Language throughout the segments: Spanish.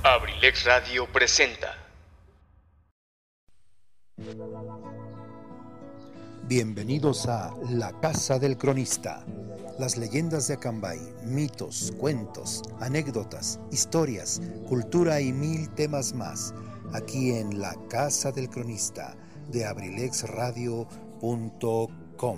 Abrilex Radio presenta. Bienvenidos a La Casa del Cronista. Las leyendas de Acambay, mitos, cuentos, anécdotas, historias, cultura y mil temas más. Aquí en La Casa del Cronista de abrilexradio.com.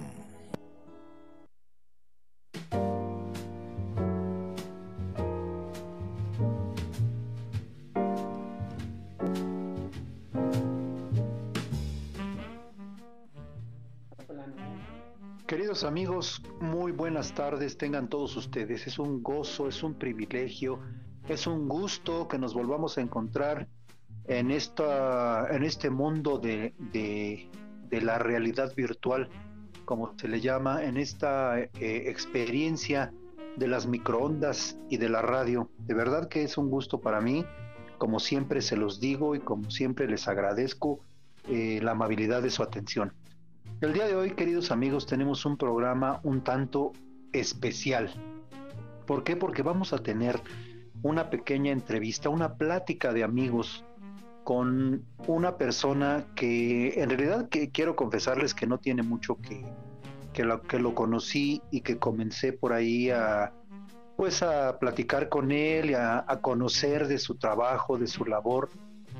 Queridos amigos, muy buenas tardes tengan todos ustedes. Es un gozo, es un privilegio, es un gusto que nos volvamos a encontrar en este mundo de la realidad virtual, como se le llama, en esta experiencia de las microondas y de la radio. De verdad que es un gusto para mí, como siempre se los digo y como siempre les agradezco la amabilidad de su atención. El día de hoy, queridos amigos, tenemos un programa un tanto especial. ¿Por qué? Porque vamos a tener una pequeña entrevista, una plática de amigos con una persona que en realidad que quiero confesarles que no tiene mucho que lo conocí y que comencé por ahí a platicar con él y a conocer de su trabajo, de su labor.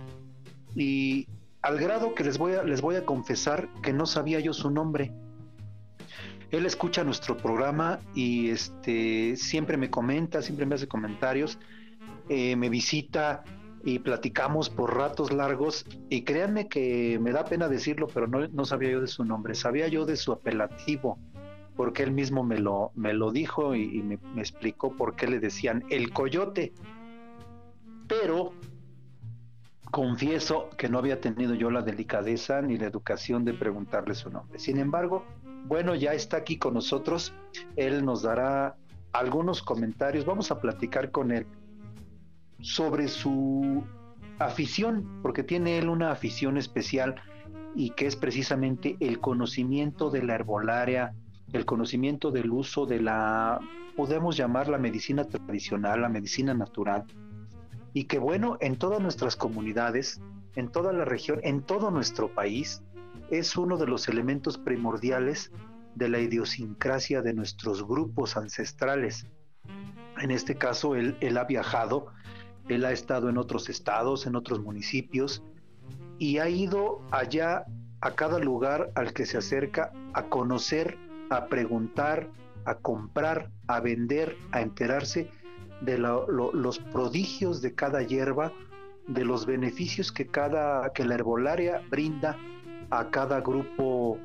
Y al grado que les voy a confesar que no sabía yo su nombre. Él escucha nuestro programa y siempre me comenta, siempre me hace comentarios, me visita y platicamos por ratos largos, y créanme que me da pena decirlo, pero no sabía yo de su nombre, sabía yo de su apelativo, porque él mismo me lo dijo y me explicó por qué le decían el Coyote, pero confieso que no había tenido yo la delicadeza ni la educación de preguntarle su nombre. Sin embargo, bueno, ya está aquí con nosotros. Él nos dará algunos comentarios. Vamos a platicar con él sobre su afición, porque tiene él una afición especial y que es precisamente el conocimiento de la herbolaria, el conocimiento del uso de podemos llamar la medicina tradicional, la medicina natural. Y que bueno, en todas nuestras comunidades, en toda la región, en todo nuestro país, es uno de los elementos primordiales de la idiosincrasia de nuestros grupos ancestrales. En este caso, él ha viajado, él ha estado en otros estados, en otros municipios, y ha ido allá a cada lugar al que se acerca a conocer, a preguntar, a comprar, a vender, a enterarse de los prodigios de cada hierba, de los beneficios que la herbolaria brinda a cada grupo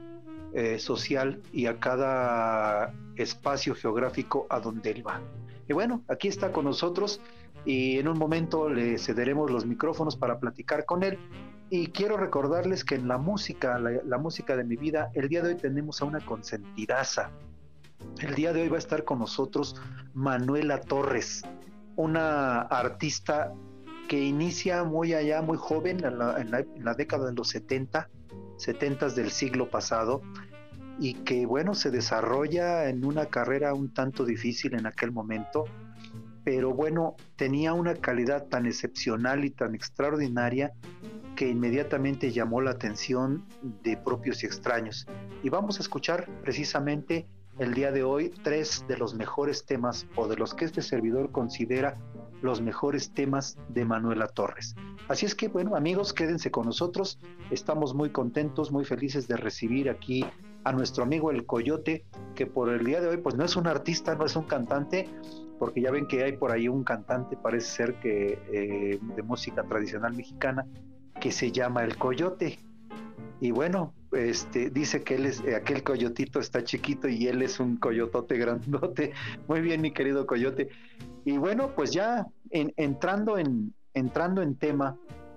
social y a cada espacio geográfico a donde él va. Y bueno, aquí está con nosotros y en un momento le cederemos los micrófonos para platicar con él. Y quiero recordarles que en la música de mi vida, el día de hoy tenemos a una consentidaza. El día de hoy va a estar con nosotros Manuela Torres, una artista que inicia muy joven, en la década de los 70 del siglo pasado, y que bueno, se desarrolla en una carrera un tanto difícil en aquel momento, pero bueno, tenía una calidad tan excepcional y tan extraordinaria que inmediatamente llamó la atención de propios y extraños. Y vamos a escuchar precisamente el día de hoy 3 de los mejores temas, o de los que este servidor considera los mejores temas de Manuela Torres. Así es que bueno, amigos, quédense con nosotros. Estamos muy contentos, muy felices de recibir aquí a nuestro amigo el Coyote, que por el día de hoy pues no es un artista, no es un cantante, porque ya ven que hay por ahí un cantante, parece ser que de música tradicional mexicana, que se llama el Coyote. Y bueno, dice que él es, aquel coyotito está chiquito y él es un coyotote grandote. Muy bien, mi querido Coyote. Y bueno, pues ya entrando en tema,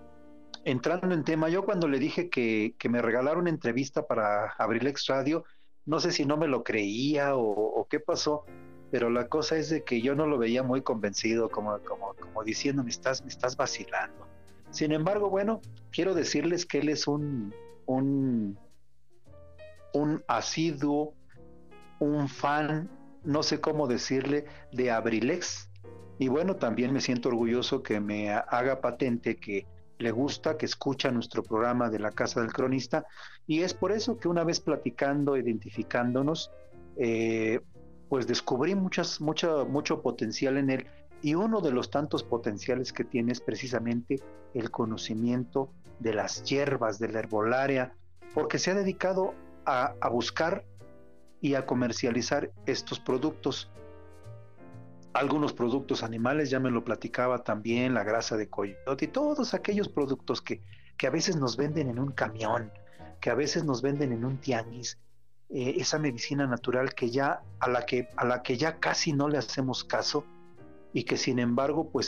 yo cuando le dije que me regalara una entrevista para Abrilex Radio, no sé si no me lo creía o qué pasó, pero la cosa es de que yo no lo veía muy convencido, como diciendo, me estás vacilando. Sin embargo, bueno, quiero decirles que él es un asiduo, un fan, no sé cómo decirle, de Abrilex, Y bueno, también me siento orgulloso que me haga patente que le gusta, que escucha nuestro programa de la Casa del Cronista, y es por eso que una vez platicando, identificándonos, eh, pues descubrí mucho potencial en él, y uno de los tantos potenciales que tiene es precisamente el conocimiento de las hierbas, de la herbolaria, porque se ha dedicado a buscar y a comercializar estos productos, algunos productos animales, ya me lo platicaba también, la grasa de coyote y todos aquellos productos que a veces nos venden en un camión, que a veces nos venden en un tianguis, esa medicina natural que ya a la que ya casi no le hacemos caso y que sin embargo pues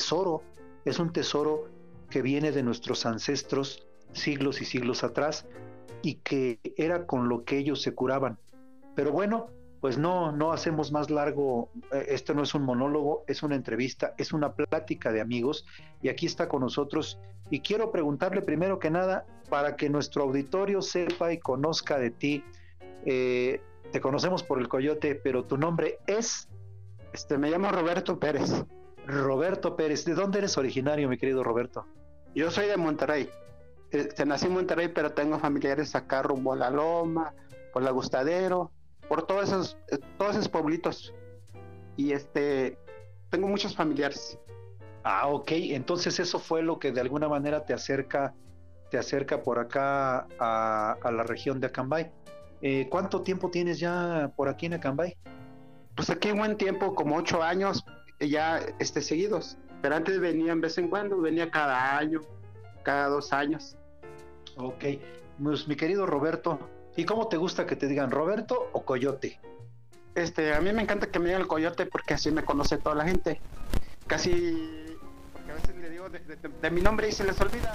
es un tesoro que viene de nuestros ancestros siglos y siglos atrás y que era con lo que ellos se curaban. Pero bueno, pues no hacemos más largo, esto no es un monólogo, es una entrevista, es una plática de amigos y aquí está con nosotros y quiero preguntarle primero que nada para que nuestro auditorio sepa y conozca de ti. eh, Te conocemos por el Coyote, pero tu nombre es Me llamo Roberto Pérez. Roberto Pérez. ¿De dónde eres originario, mi querido Roberto? Yo soy de Monterrey. Nací en Monterrey, pero tengo familiares acá rumbo a La Loma, por La Gustadero, por todos esos pueblitos. Y tengo muchos familiares. Ah, ok, entonces eso fue lo que de alguna manera te acerca por acá a la región de Acambay. ¿Cuánto tiempo tienes ya por aquí en Acambay? Pues aquí buen tiempo, como 8 años, ya seguidos. Pero antes venía en vez en cuando, venía cada año, cada 2 años. Ok, pues mi querido Roberto, ¿y cómo te gusta que te digan Roberto o Coyote? A mí me encanta que me digan el Coyote porque así me conoce toda la gente. Casi, porque a veces le digo de mi nombre y se les olvida.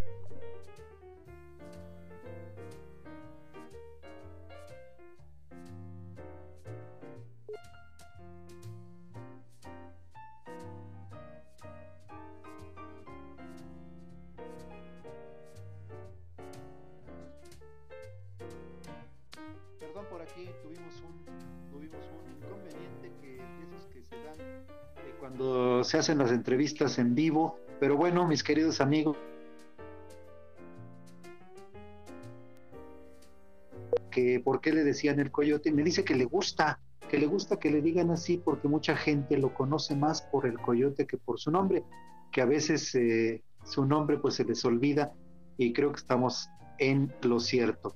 Perdón, por aquí tuvimos un inconveniente que esos que se dan cuando se hacen las entrevistas en vivo, pero bueno, mis queridos amigos, que por qué le decían el Coyote, me dice que le gusta que le digan así porque mucha gente lo conoce más por el Coyote que por su nombre, que a veces su nombre pues se les olvida y creo que estamos en lo cierto.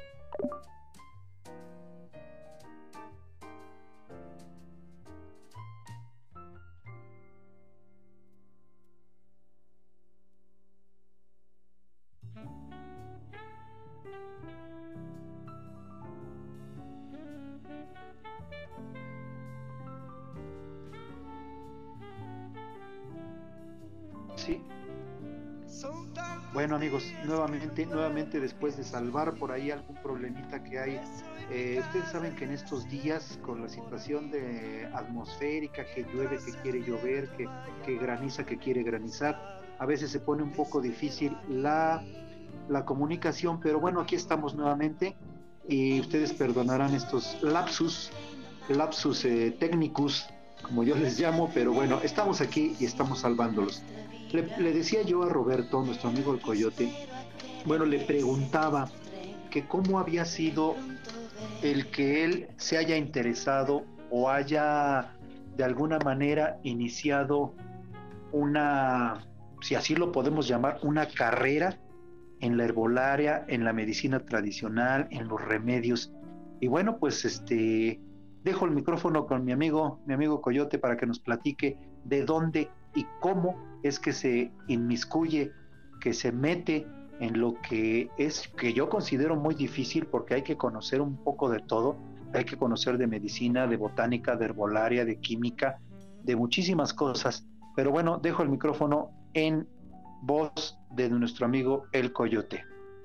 Sí. Bueno amigos, nuevamente después de salvar por ahí algún problemita que hay, ustedes saben que en estos días con la situación de atmosférica, que llueve, que quiere llover, que graniza, que quiere granizar, a veces se pone un poco difícil la comunicación, pero bueno, aquí estamos nuevamente y ustedes perdonarán estos lapsus técnicos, como yo les llamo, pero bueno, estamos aquí y estamos salvándolos. Le decía yo a Roberto, nuestro amigo el Coyote, bueno, le preguntaba que cómo había sido el que él se haya interesado o haya de alguna manera iniciado una, si así lo podemos llamar, una carrera en la herbolaria, en la medicina tradicional, en los remedios. Y bueno, pues dejo el micrófono con mi amigo Coyote para que nos platique de dónde y cómo es que se inmiscuye, que se mete en lo que es, que yo considero muy difícil porque hay que conocer un poco de todo, hay que conocer de medicina, de botánica, de herbolaria, de química, de muchísimas cosas. Pero bueno, dejo el micrófono en voz de nuestro amigo el Coyote.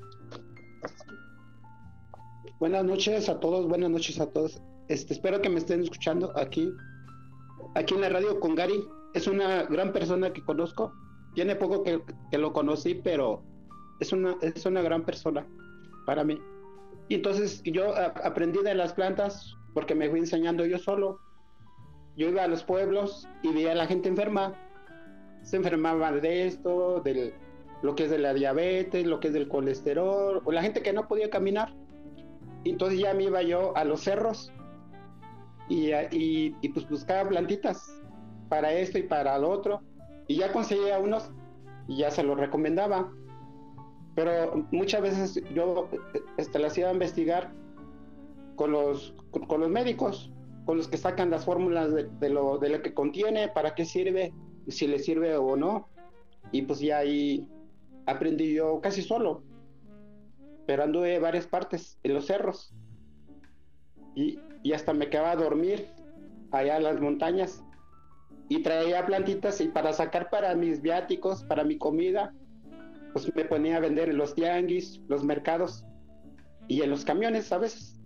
Buenas noches a todos, buenas noches a todos. Espero que me estén escuchando aquí en la radio con Gary. Es una gran persona que conozco. Tiene poco que lo conocí, pero es una gran persona para mí. Y entonces yo aprendí de las plantas porque me fui enseñando yo solo. yo iba a los pueblos y veía a la gente enferma. Se enfermaban de esto, de lo que es de la diabetes, lo que es del colesterol, o la gente que no podía caminar. Entonces ya me iba yo a los cerros y pues buscaba plantitas para esto y para lo otro, y ya conseguía unos y ya se los recomendaba. Pero muchas veces yo las iba a investigar con los médicos, con los que sacan las fórmulas de lo que contiene, para qué sirve, si le sirve o no. Y pues ya ahí aprendí yo casi solo, pero anduve varias partes en los cerros y hasta me quedaba a dormir allá en las montañas y traía plantitas, y para sacar para mis viáticos, para mi comida, pues me ponía a vender en los tianguis, los mercados y en los camiones a veces.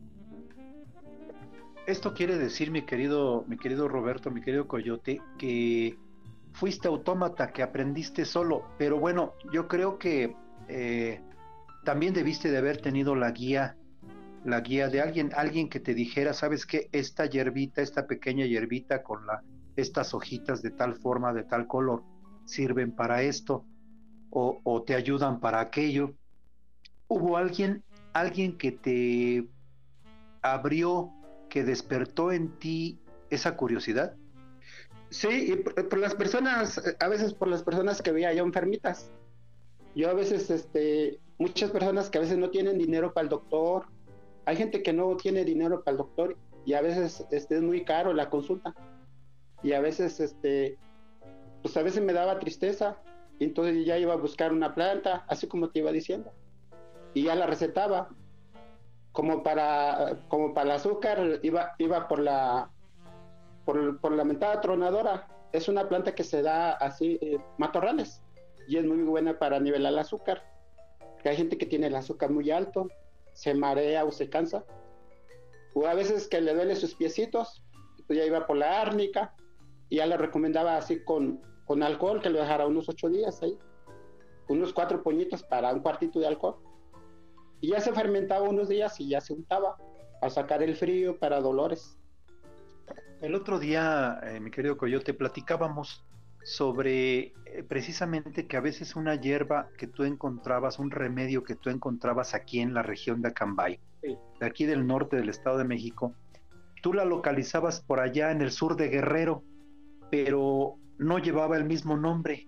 Esto quiere decir, mi querido Roberto, mi querido Coyote, que fuiste autómata, que aprendiste solo, pero bueno, yo creo que también debiste de haber tenido la guía de alguien que te dijera, sabes qué, esta hierbita, esta pequeña hierbita con estas hojitas de tal forma, de tal color, sirven para esto, o te ayudan para aquello. ¿Hubo alguien que te abrió, que despertó en ti esa curiosidad? Sí, y por las personas, a veces por las personas que veía yo enfermitas. Yo a veces, muchas personas que a veces no tienen dinero para el doctor. Hay gente que no tiene dinero para el doctor y a veces es muy caro la consulta. Y a veces, pues a veces me daba tristeza, y entonces ya iba a buscar una planta, así como te iba diciendo, y ya la recetaba. Como para el azúcar, iba por la mentada tronadora. Es una planta que se da así, matorrales, y es muy buena para nivelar el azúcar. Que hay gente que tiene el azúcar muy alto, se marea o se cansa, o a veces que le duele sus piecitos, pues ya iba por la árnica y ya le recomendaba así con alcohol, que lo dejara unos 8 días ahí, unos 4 puñitos para un cuartito de alcohol, y ya se fermentaba unos días y ya se untaba a sacar el frío para dolores. El otro día, mi querido Coyote, platicábamos sobre precisamente que a veces una hierba que tú encontrabas, un remedio que tú encontrabas aquí en la región de Acambay, Sí. de aquí del norte del Estado de México, tú la localizabas por allá en el sur de Guerrero, pero no llevaba el mismo nombre.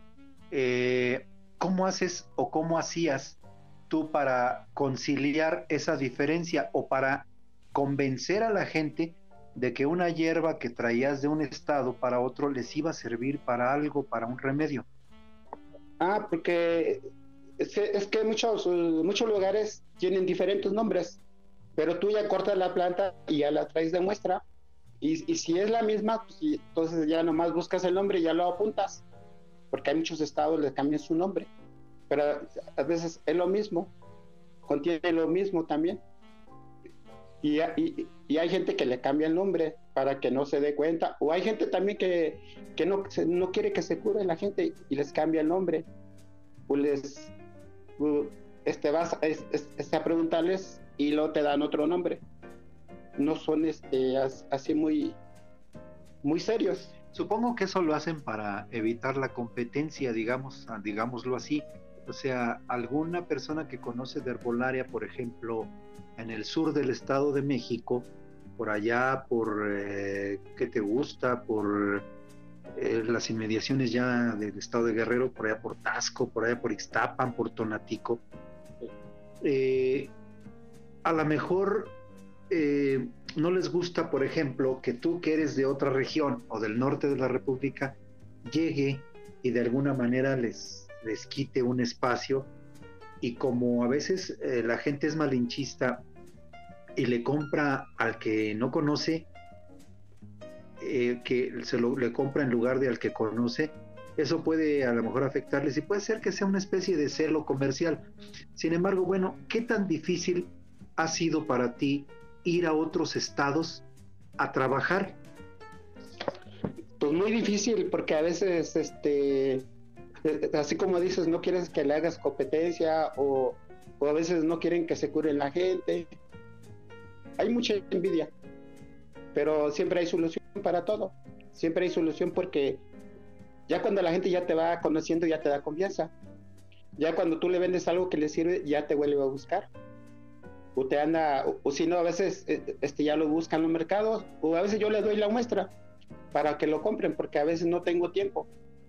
¿Cómo haces o cómo hacías tú para conciliar esa diferencia o para convencer a la gente de que una hierba que traías de un estado para otro les iba a servir para algo, para un remedio? Porque es que muchos lugares tienen diferentes nombres, pero tú ya cortas la planta y ya la traes de muestra, y si es la misma, pues, entonces ya nomás buscas el nombre y ya lo apuntas, porque hay muchos estados que cambian su nombre, pero a veces es lo mismo, contiene lo mismo también. Y hay gente que le cambia el nombre para que no se dé cuenta, o hay gente también que no quiere que se cure la gente y les cambia el nombre, o vas a preguntarles y luego te dan otro nombre. No son así muy serios. Supongo que eso lo hacen para evitar la competencia, digámoslo así. O sea, alguna persona que conoce de herbolaria, por ejemplo, en el sur del Estado de México, por allá, ¿qué te gusta? Por las inmediaciones ya del Estado de Guerrero, por allá por Tasco, por allá por Ixtapan, por Tonatico. A lo mejor no les gusta, por ejemplo, que tú, que eres de otra región o del norte de la República, llegue y de alguna manera les quite un espacio, y como a veces la gente es malinchista y le compra al que no conoce, que le compra en lugar de al que conoce, eso puede a lo mejor afectarles y puede ser que sea una especie de celo comercial. Sin embargo, bueno, ¿qué tan difícil ha sido para ti ir a otros estados a trabajar? Pues muy difícil, porque a veces así como dices, no quieres que le hagas competencia, o a veces no quieren que se cure la gente. Hay mucha envidia, pero siempre hay solución para todo. Siempre hay solución porque ya cuando la gente ya te va conociendo, ya te da confianza. Ya cuando tú le vendes algo que le sirve, ya te vuelve a buscar. O te anda, o si no, a veces ya lo buscan en los mercados, o a veces yo le doy la muestra para que lo compren, porque a veces no tengo tiempo.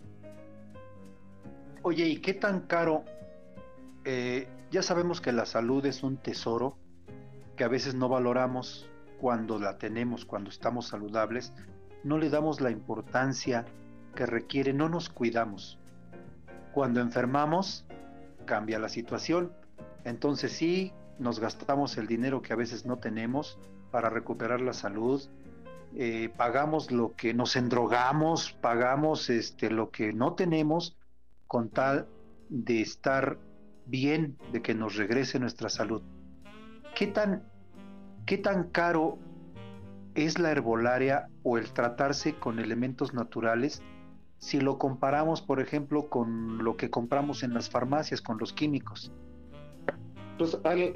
Oye, ¿y qué tan caro? Ya sabemos que la salud es un tesoro que a veces no valoramos cuando la tenemos, cuando estamos saludables, no le damos la importancia que requiere, no nos cuidamos. Cuando enfermamos, cambia la situación. Entonces sí, nos gastamos el dinero que a veces no tenemos para recuperar la salud, pagamos lo que nos endrogamos, pagamos lo que no tenemos con tal de estar bien, de que nos regrese nuestra salud. ¿Qué tan caro es la herbolaria o el tratarse con elementos naturales si lo comparamos, por ejemplo, con lo que compramos en las farmacias, con los químicos? Pues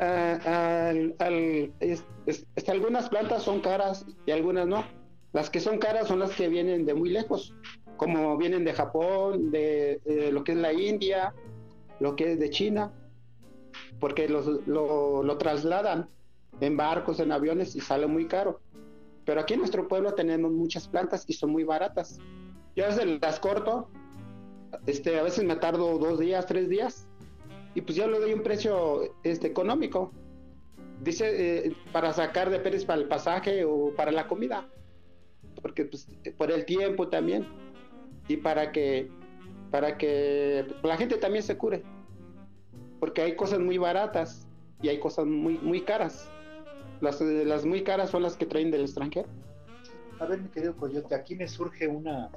algunas plantas son caras y algunas no. Las que son caras son las que vienen de muy lejos, como vienen de Japón, de lo que es la India, lo que es de China, porque lo trasladan en barcos, en aviones y sale muy caro. Pero aquí en nuestro pueblo tenemos muchas plantas y son muy baratas. Yo a veces las corto, a veces me tardo 2 días, 3 días, y pues ya le doy un precio económico. Dice, para sacar de Pérez para el pasaje o para la comida, porque pues, por el tiempo también, y para que la gente también se cure, porque hay cosas muy baratas y hay cosas muy, muy caras. Las muy caras son las que traen del extranjero. A ver, mi querido Coyote, aquí me surge una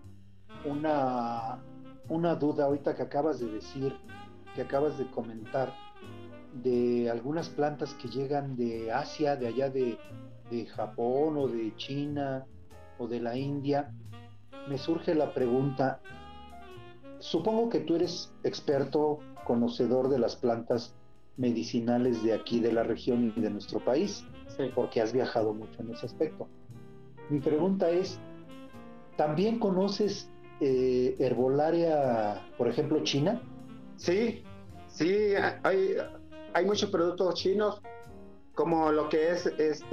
duda ahorita que acabas de decir, que acabas de comentar, de algunas plantas que llegan de Asia, de allá de Japón o de China o de la India. Me surge la pregunta, supongo que tú eres experto, conocedor de las plantas medicinales de aquí, de la región y de nuestro país, sí, porque has viajado mucho en ese aspecto. Mi pregunta es, ¿también conoces herbolaria, por ejemplo, china? Sí, sí, hay muchos productos chinos, como lo que es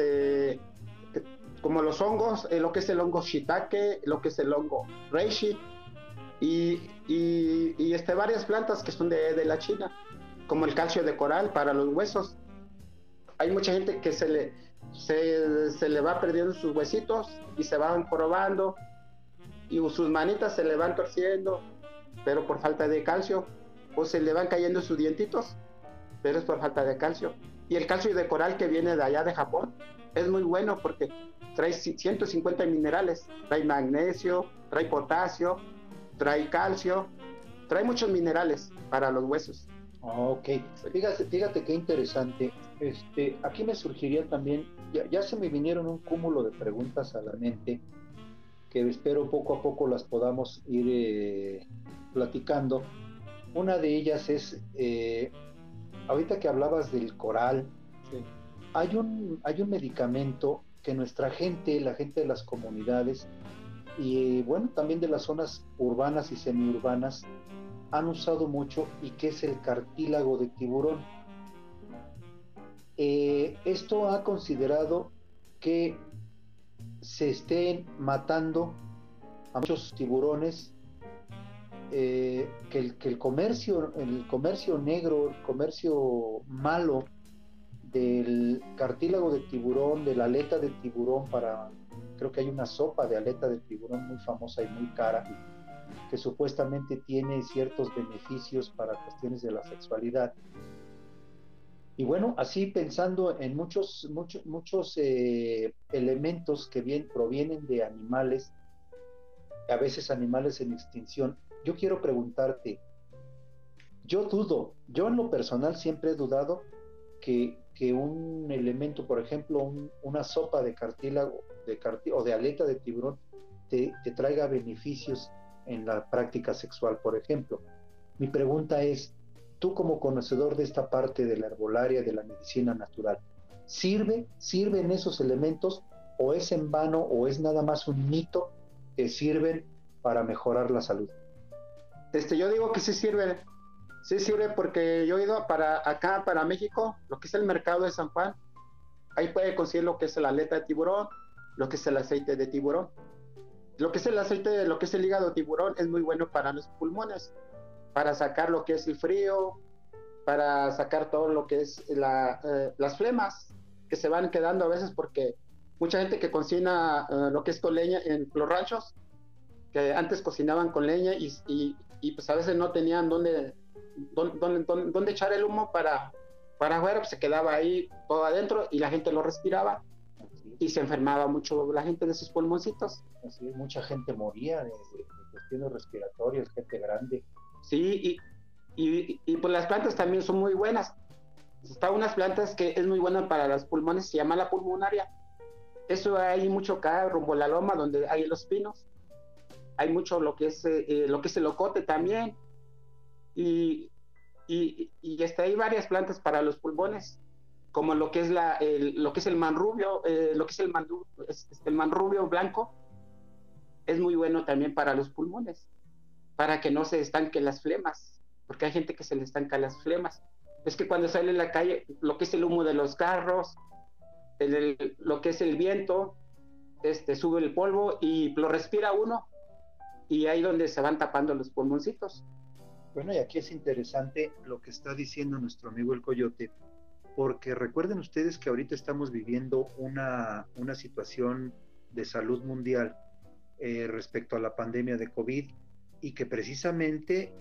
como los hongos, lo que es el hongo shiitake, lo que es el hongo reishi, y varias plantas que son de la China, como el calcio de coral para los huesos. Hay mucha gente que se le va perdiendo sus huesitos y se van probando y sus manitas se le van torciendo, pero por falta de calcio, o se le van cayendo sus dientitos, pero es por falta de calcio. Y el calcio de coral que viene de allá de Japón es muy bueno porque trae 150 minerales, trae magnesio, trae potasio, trae calcio, trae muchos minerales para los huesos. Ok, fíjate qué interesante. Aquí me surgiría también, ya se me vinieron un cúmulo de preguntas a la mente que espero poco a poco las podamos ir platicando. Una de ellas es, ahorita que hablabas del coral, Sí. hay un medicamento que nuestra gente, la gente de las comunidades y bueno, también de las zonas urbanas y semiurbanas han usado mucho y que es el cartílago de tiburón. Esto ha considerado que se estén matando a muchos tiburones, que el comercio negro, el comercio malo del cartílago de tiburón, de la aleta de tiburón, creo que hay una sopa de aleta de tiburón muy famosa y muy cara, que supuestamente tiene ciertos beneficios para cuestiones de la sexualidad. Y bueno, así pensando en muchos elementos que provienen de animales, a veces animales en extinción, yo quiero preguntarte, yo en lo personal siempre he dudado que un elemento, por ejemplo, una sopa de cartílago o de aleta de tiburón te traiga beneficios en la práctica sexual, por ejemplo. Mi pregunta es, tú como conocedor de esta parte de la herbolaria, de la medicina natural, ¿sirven esos elementos o es en vano o es nada más un mito que sirven para mejorar la salud? Yo digo que sí sirve porque yo he ido para acá, para México, lo que es el mercado de San Juan, ahí puede conseguir lo que es la aleta de tiburón, lo que es el aceite de tiburón. Lo que es el aceite, lo que es el hígado de tiburón es muy bueno para los pulmones, para sacar lo que es el frío, para sacar todo lo que es las flemas que se van quedando a veces, porque mucha gente que cocina lo que es con leña en los ranchos, que antes cocinaban con leña y pues a veces no tenían dónde echar el humo para afuera, pues se quedaba ahí todo adentro y la gente lo respiraba y se enfermaba mucho la gente de sus pulmoncitos. Así es, mucha gente moría de cuestiones respiratorias, gente grande. Sí, y pues las plantas también son muy buenas. Está unas plantas que es muy buena para los pulmones, se llama la pulmonaria. Eso hay mucho acá, rumbo a la loma, donde hay los pinos. Hay mucho lo que es el ocote también. Y hay varias plantas para los pulmones, como lo que es lo que es el manrubio, el manrubio blanco, es muy bueno también para los pulmones, para que no se estanquen las flemas, porque hay gente que se le estancan las flemas. Es que cuando sale en la calle, lo que es el humo de los carros, lo que es el viento, sube el polvo y lo respira uno, y ahí donde se van tapando los pulmoncitos. Bueno, y aquí es interesante lo que está diciendo nuestro amigo el Coyote, porque recuerden ustedes que ahorita estamos viviendo una situación de salud mundial respecto a la pandemia de COVID y que precisamente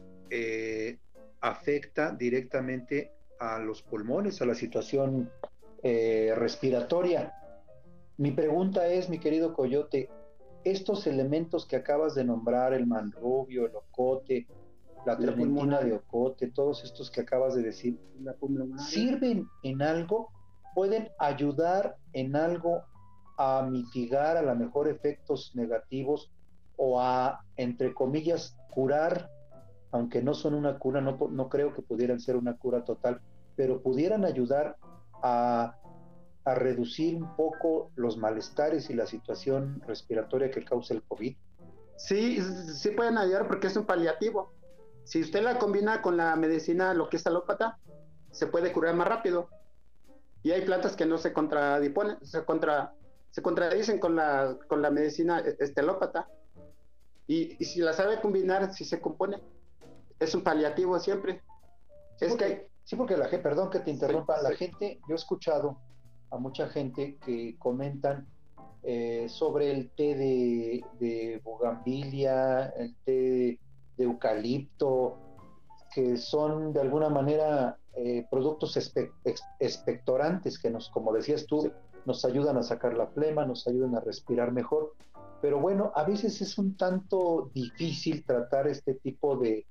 afecta directamente a los pulmones, a la situación respiratoria. Mi pregunta es, mi querido Coyote, estos elementos que acabas de nombrar, el manrubio, el ocote, la trementina de ocote, todos estos que acabas de decir, ¿sirven en algo? ¿Pueden ayudar en algo a mitigar a lo mejor efectos negativos o a, entre comillas, curar? Aunque no son una cura, no creo que pudieran ser una cura total, pero pudieran ayudar a reducir un poco los malestares y la situación respiratoria que causa el COVID. Sí pueden ayudar porque es un paliativo. Si usted la combina con la medicina, lo que es alópata, se puede curar más rápido. Y hay plantas que no se contradicen, se contradicen con la medicina alópata. Y si la sabe combinar, si se compone, es un paliativo siempre. Porque la gente, perdón que te interrumpa, la gente, yo he escuchado a mucha gente que comentan sobre el té de bugambilia, el té de eucalipto, que son de alguna manera productos expectorantes que como decías tú, nos ayudan a sacar la flema, nos ayudan a respirar mejor. Pero bueno, a veces es un tanto difícil tratar este tipo de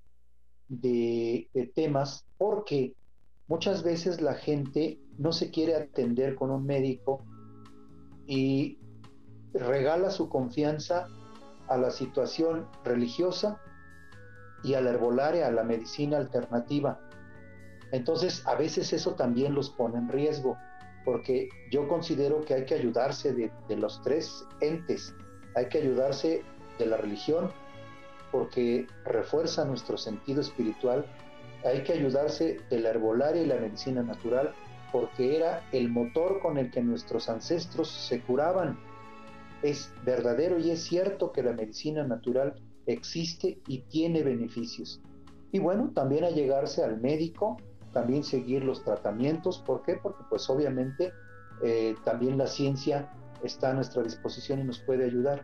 temas porque muchas veces la gente no se quiere atender con un médico y regala su confianza a la situación religiosa y a la herbolaria, a la medicina alternativa. Entonces, a veces eso también los pone en riesgo, porque yo considero que hay que ayudarse de los tres entes. Hay que ayudarse de la religión, porque refuerza nuestro sentido espiritual. Hay que ayudarse de la herbolaria y la medicina natural, porque era el motor con el que nuestros ancestros se curaban. Es verdadero y es cierto que la medicina natural existe y tiene beneficios. Y bueno, también allegarse al médico, también seguir los tratamientos. ¿Por qué? Porque pues obviamente también la ciencia está a nuestra disposición y nos puede ayudar.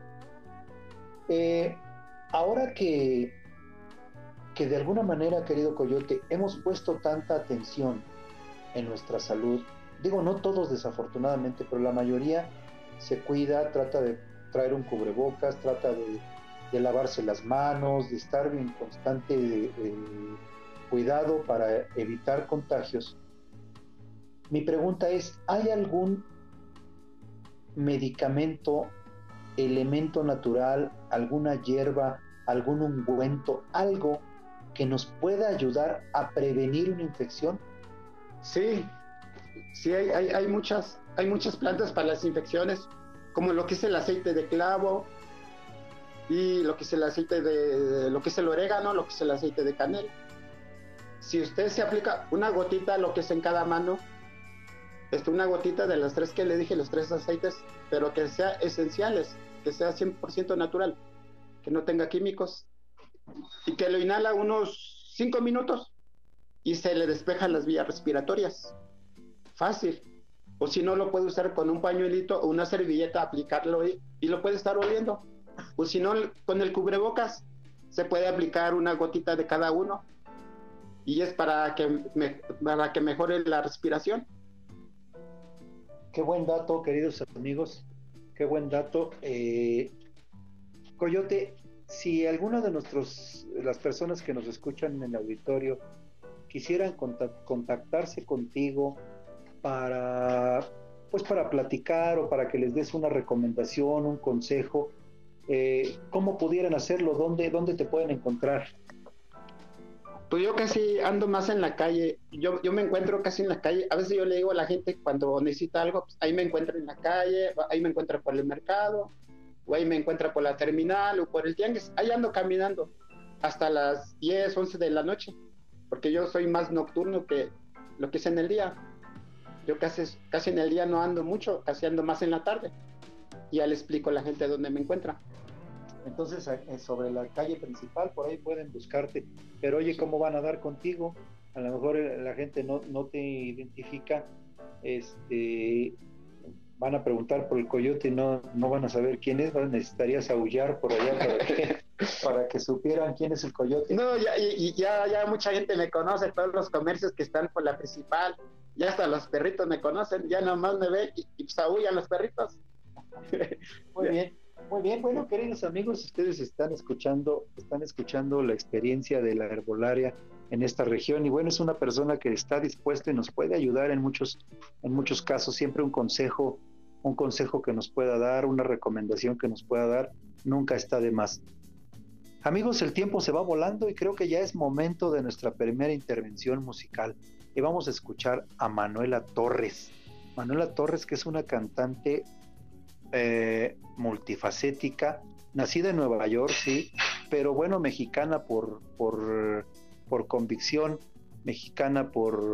Ahora que de alguna manera, querido Coyote, hemos puesto tanta atención en nuestra salud, digo, no todos desafortunadamente, pero la mayoría se cuida, trata de traer un cubrebocas, trata de lavarse las manos, de estar en constante cuidado para evitar contagios. Mi pregunta es, ¿hay algún medicamento, elemento natural, alguna hierba, algún ungüento, algo que nos pueda ayudar a prevenir una infección? Sí, hay muchas plantas para las infecciones. como lo que es el aceite de clavo y lo que es el aceite de, lo que es el orégano, lo que es el aceite de canela. Si usted se aplica una gotita, lo que es en cada mano, una gotita de las 3 que le dije, los 3 aceites, pero que sea esenciales, que sea 100% natural, que no tenga químicos, y que lo inhala unos 5 minutos y se le despejan las vías respiratorias. Fácil. O si no, lo puede usar con un pañuelito o una servilleta, aplicarlo y lo puede estar oliendo. O si no, con el cubrebocas se puede aplicar una gotita de cada uno y es para que mejore la respiración. Qué buen dato, queridos amigos, qué buen dato. Coyote, si alguna de las personas que nos escuchan en el auditorio quisieran contactarse contigo para platicar o para que les des una recomendación, un consejo, ¿cómo pudieran hacerlo? ¿Dónde te pueden encontrar? Pues yo casi ando más en la calle, yo me encuentro casi en la calle. A veces yo le digo a la gente cuando necesita algo, pues ahí me encuentro en la calle, ahí me encuentro por el mercado, o ahí me encuentro por la terminal o por el tianguis. Ahí ando caminando hasta las 10, 11 de la noche, porque yo soy más nocturno que lo que es en el día. Yo casi en el día no ando mucho, casi ando más en la tarde. Y ya le explico a la gente dónde me encuentra. Entonces, sobre la calle principal, por ahí pueden buscarte. Pero oye, ¿cómo van a dar contigo? A lo mejor la gente no te identifica, van a preguntar por el Coyote y no van a saber quién es. Necesitarías aullar por allá para que supieran quién es el Coyote. No, ya mucha gente me conoce, todos los comercios que están por la principal, ya hasta los perritos me conocen, ya nomás me ven y pues aullan los perritos. Muy bien. Muy bien, bueno, queridos amigos, ustedes están escuchando la experiencia de la herbolaria en esta región y bueno, es una persona que está dispuesta y nos puede ayudar en muchos casos. Siempre un consejo que nos pueda dar, una recomendación que nos pueda dar, nunca está de más. Amigos, el tiempo se va volando y creo que ya es momento de nuestra primera intervención musical y vamos a escuchar a Manuela Torres. Manuela Torres, que es una cantante multifacética, nacida en Nueva York, sí, pero bueno, mexicana por convicción, mexicana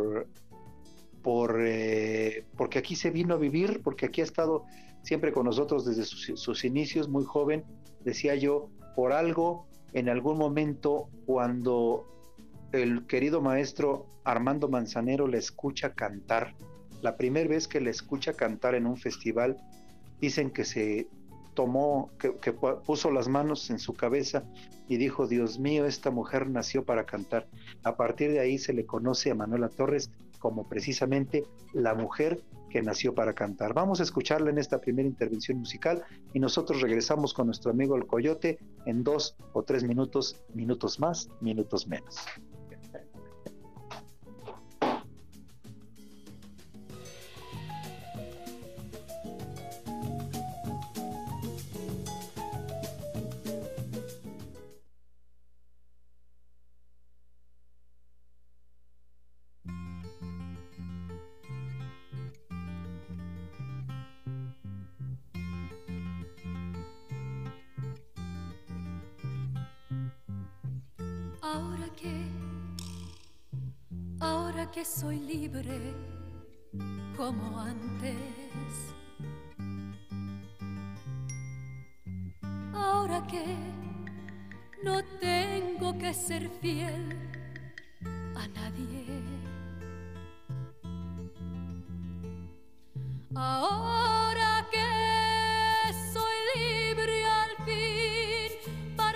porque aquí se vino a vivir, porque aquí ha estado siempre con nosotros desde sus inicios, muy joven, decía yo, por algo, en algún momento, cuando el querido maestro Armando Manzanero la escucha cantar, la primera vez que la escucha cantar en un festival, dicen que se tomó, que puso las manos en su cabeza y dijo, Dios mío, esta mujer nació para cantar. A partir de ahí se le conoce a Manuela Torres como precisamente la mujer que nació para cantar. Vamos a escucharla en esta primera intervención musical y nosotros regresamos con nuestro amigo el Coyote en 2 o 3 minutos, minutos más, minutos menos. Ahora que soy libre como antes, ahora que no tengo que ser fiel a nadie, ahora que soy libre al fin para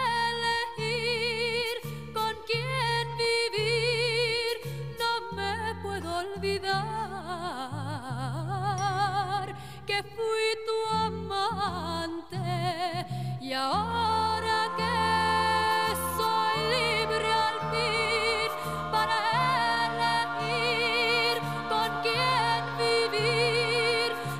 elegir con quién vivir, no me puedo olvidar que fui tu amante y ahora que soy libre al fin para elegir con quién vivir,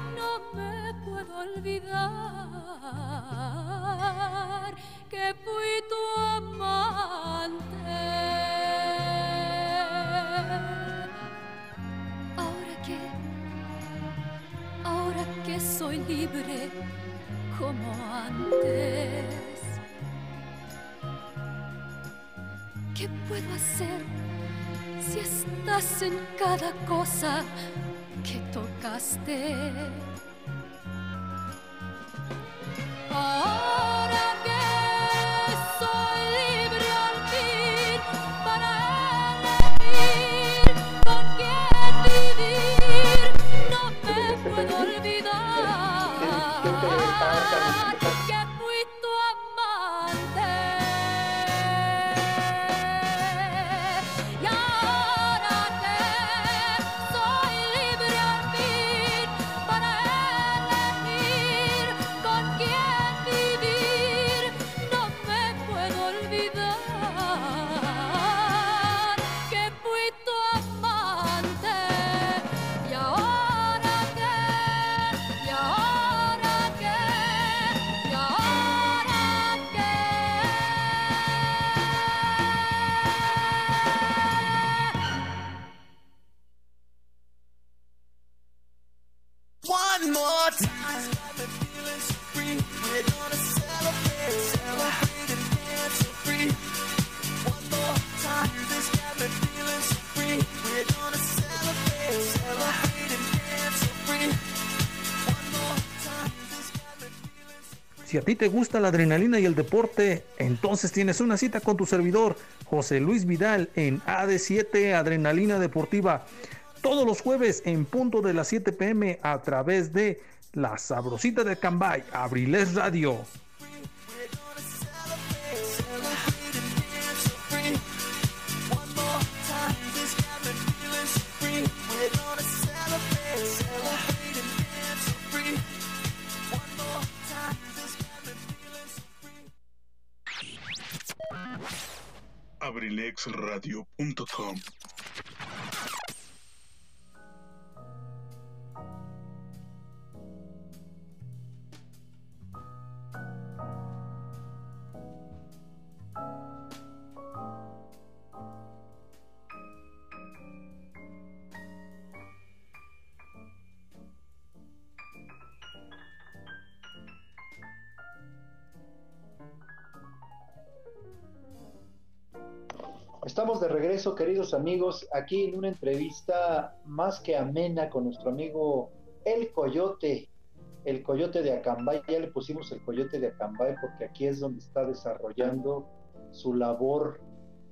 libre como antes. ¿Qué puedo hacer si estás en cada cosa que tocaste? Ahora que soy libre al fin para elegir con quién vivir, no me puedo olvidar que fui tu amante. Y ahora que soy libre al fin para elegir con quién vivir, no me puedo olvidar que fui tu amante. Y ahora que, y ahora que, y ahora que. One more time, got me feeling so free. We're gonna celebrate, celebrate and dance so free. One more time, this got me feeling so free. We're gonna celebrate, celebrate and dance so free. One more time, this got me feeling so free. Si a ti te gusta la adrenalina y el deporte, entonces tienes una cita con tu servidor, José Luis Vidal, en AD7 Adrenalina Deportiva, todos los jueves en punto de las 7 p.m. a través de La Sabrosita de Acambay, Abrilex Radio. We're gonna celebrate, celebrate and dance so free. One more time, this got me feeling so free. We're gonna celebrate, celebrate and dance so free. One more time, this got me feeling so free. abrilexradio.com. Estamos de regreso, queridos amigos, aquí en una entrevista más que amena con nuestro amigo el Coyote de Acambay. Ya le pusimos el Coyote de Acambay porque aquí es donde está desarrollando su labor,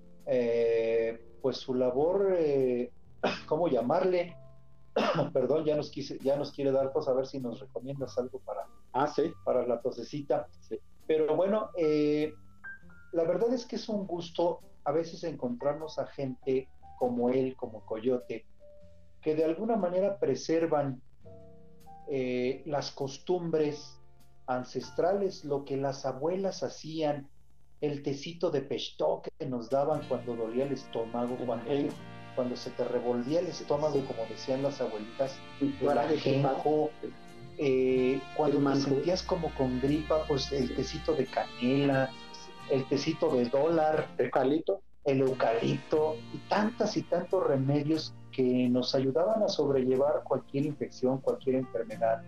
¿cómo llamarle? Perdón, ya nos quiere dar cosa, a ver si nos recomiendas algo para la tosecita. Sí. Pero bueno, la verdad es que es un gusto a veces encontrarnos a gente como él, como Coyote, que de alguna manera preservan las costumbres ancestrales, lo que las abuelas hacían, el tecito de peshto que nos daban cuando dolía el estómago, cuando se te revolvía el estómago, como decían las abuelitas, el ajenjo, cuando te sentías como con gripa, pues el tecito de canela, el tecito de dólar, el eucalipto y tantos remedios que nos ayudaban a sobrellevar cualquier infección, cualquier enfermedad.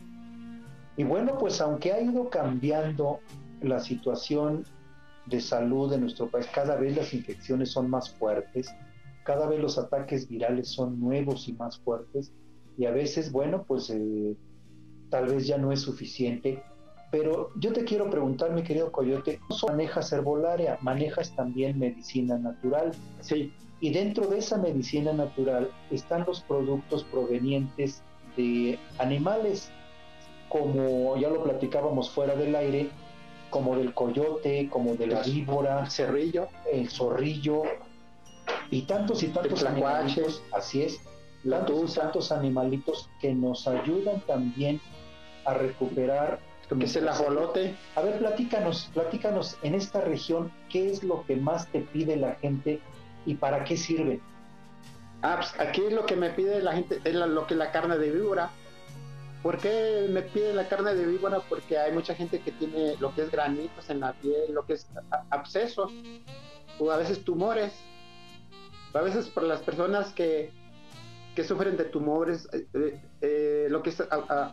Y bueno, pues aunque ha ido cambiando la situación de salud de nuestro país, cada vez las infecciones son más fuertes, cada vez los ataques virales son nuevos y más fuertes, y a veces, bueno, pues tal vez ya no es suficiente. Pero yo te quiero preguntar, mi querido Coyote, no solo manejas herbolaria, manejas también medicina natural. Sí. Y dentro de esa medicina natural están los productos provenientes de animales, como ya lo platicábamos fuera del aire, como del coyote, como de la víbora, el zorrillo, y tantos animalitos, así es, tantos animalitos que nos ayudan también a recuperar. Que es el ajolote. A ver, platícanos en esta región, ¿qué es lo que más te pide la gente y para qué sirve? Pues aquí lo que me pide la gente es lo que es la carne de víbora. ¿Por qué me pide la carne de víbora? Porque hay mucha gente que tiene lo que es granitos en la piel, lo que es abscesos, o a veces tumores. A veces por las personas que sufren de tumores, lo que es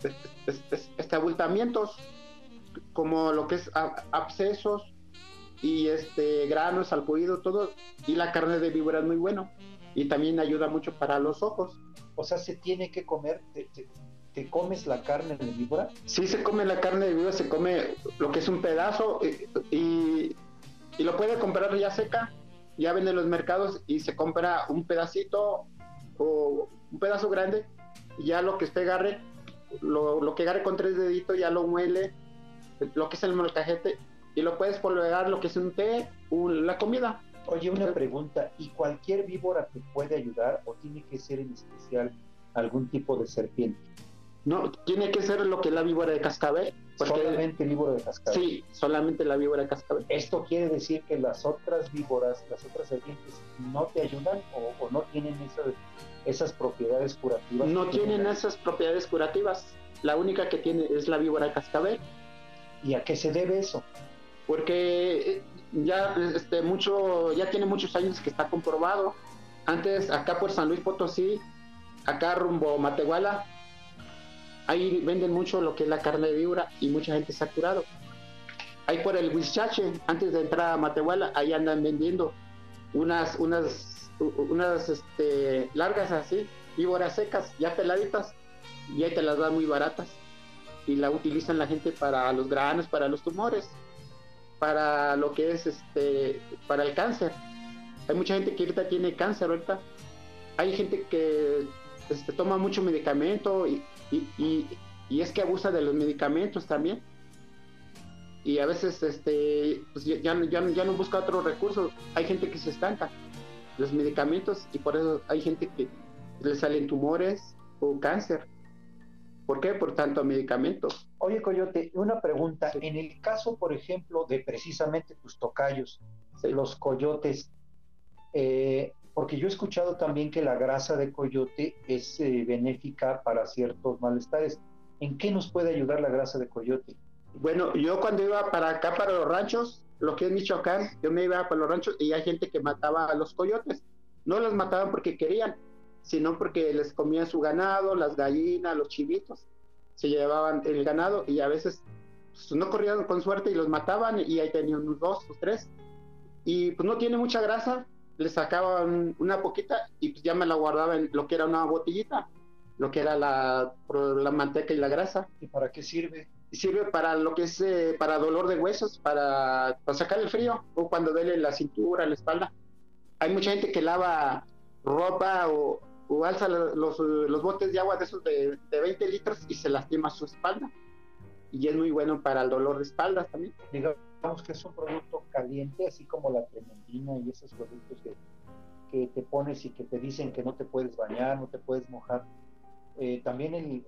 abultamientos, como lo que es abscesos y granos, salpullido, todo, y la carne de víbora es muy bueno y también ayuda mucho para los ojos. O sea, se tiene que comer, ¿te comes la carne de víbora? Sí, se come la carne de víbora, se come lo que es un pedazo y lo puede comprar ya seca, ya venden en los mercados y se compra un pedacito o un pedazo grande y ya lo que usted agarre, lo que agarre con 3 deditos ya lo muele, lo que es el molcajete, y lo puedes polvear lo que es un té, la comida. Oye, una pregunta, ¿y cualquier víbora te puede ayudar o tiene que ser en especial algún tipo de serpiente? No, tiene que ser lo que es la víbora de cascabel. Solamente víbora de cascabel. Sí, solamente la víbora de cascabel. ¿Esto quiere decir que las otras víboras, las otras serpientes, no te ayudan o no tienen esas propiedades curativas? No tienen esas propiedades curativas. La única que tiene es la víbora de cascabel. ¿Y a qué se debe eso? Porque ya ya tiene muchos años que está comprobado. Antes, acá por San Luis Potosí, acá rumbo Matehuala, ahí venden mucho lo que es la carne de víbora y mucha gente se ha curado. Ahí por el Huichache, antes de entrar a Matehuala, ahí andan vendiendo unas largas así, víboras secas, ya peladitas, y ahí te las dan muy baratas. Y la utilizan la gente para los granos, para los tumores, para lo que es para el cáncer. Hay mucha gente que ahorita tiene cáncer ahorita. Hay gente que toma mucho medicamento y es que abusa de los medicamentos también. Y a veces pues ya no busca otros recursos. Hay gente que se estanca los medicamentos y por eso hay gente que le salen tumores o cáncer. ¿Por qué? Por tanto medicamentos. Oye, Coyote, una pregunta. Sí. En el caso, por ejemplo, de precisamente tus tocayos, sí, los coyotes, porque yo he escuchado también que la grasa de coyote es benéfica para ciertos malestares. ¿En qué nos puede ayudar la grasa de coyote? Bueno, yo cuando iba para acá, para los ranchos, lo que es Michoacán, yo me iba para los ranchos y hay gente que mataba a los coyotes. No los mataban porque querían, sino porque les comían su ganado, las gallinas, los chivitos, se llevaban el ganado y a veces pues, no corrían con suerte y los mataban y ahí tenían unos 2 o 3 y pues no tiene mucha grasa, les sacaban una poquita y pues ya me la guardaba en lo que era una botellita, lo que era la manteca y la grasa. ¿Y para qué sirve? Sirve para lo que es para dolor de huesos, para sacar el frío o cuando duele la cintura, la espalda. Hay mucha gente que lava ropa o alza los botes de agua de esos de 20 litros y se lastima su espalda. Y es muy bueno para el dolor de espaldas también. Digamos que es un producto caliente, así como la trementina y esos productos que te pones y que te dicen que no te puedes bañar, no te puedes mojar. También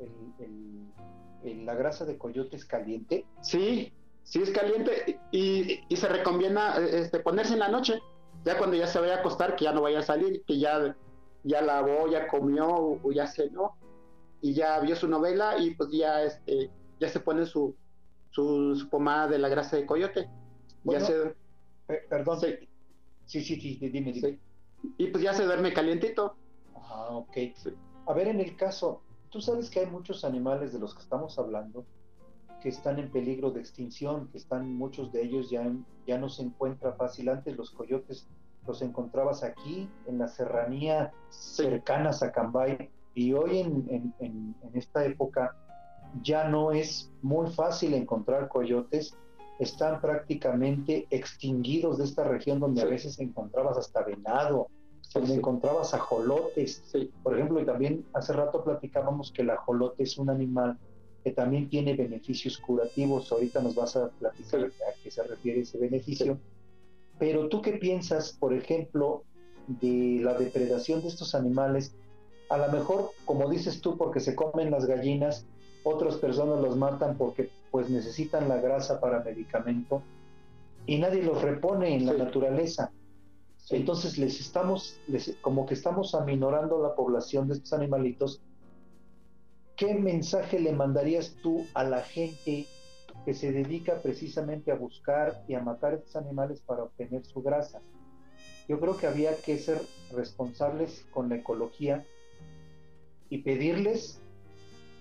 la grasa de coyote es caliente. Sí es caliente y se recomienda ponerse en la noche, ya cuando ya se vaya a acostar, que ya no vaya a salir, que ya lavó, ya comió o ya cenó y ya vio su novela y pues ya se pone su pomada de la grasa de coyote. Bueno, ya perdón. Sí, dime. Sí. Y pues ya se duerme calientito. Ah, ok. Sí. A ver, en el caso, tú sabes que hay muchos animales de los que estamos hablando que están en peligro de extinción, muchos de ellos ya no se encuentra fácil. Antes los coyotes los encontrabas aquí en la serranía cercanas a Cambay y hoy en esta época ya no es muy fácil encontrar coyotes, están prácticamente extinguidos de esta región donde a veces encontrabas hasta venado, donde encontrabas ajolotes, por ejemplo, y también hace rato platicábamos que el ajolote es un animal que también tiene beneficios curativos. Ahorita nos vas a platicar a qué se refiere ese beneficio. Pero ¿tú qué piensas, por ejemplo, de la depredación de estos animales? A lo mejor, como dices tú, porque se comen las gallinas, otras personas los matan porque pues necesitan la grasa para medicamento y nadie los repone en la naturaleza. Entonces como que estamos aminorando la población de estos animalitos. ¿Qué mensaje le mandarías tú a la gente que se dedica precisamente a buscar y a matar estos animales para obtener su grasa? Yo creo que había que ser responsables con la ecología y pedirles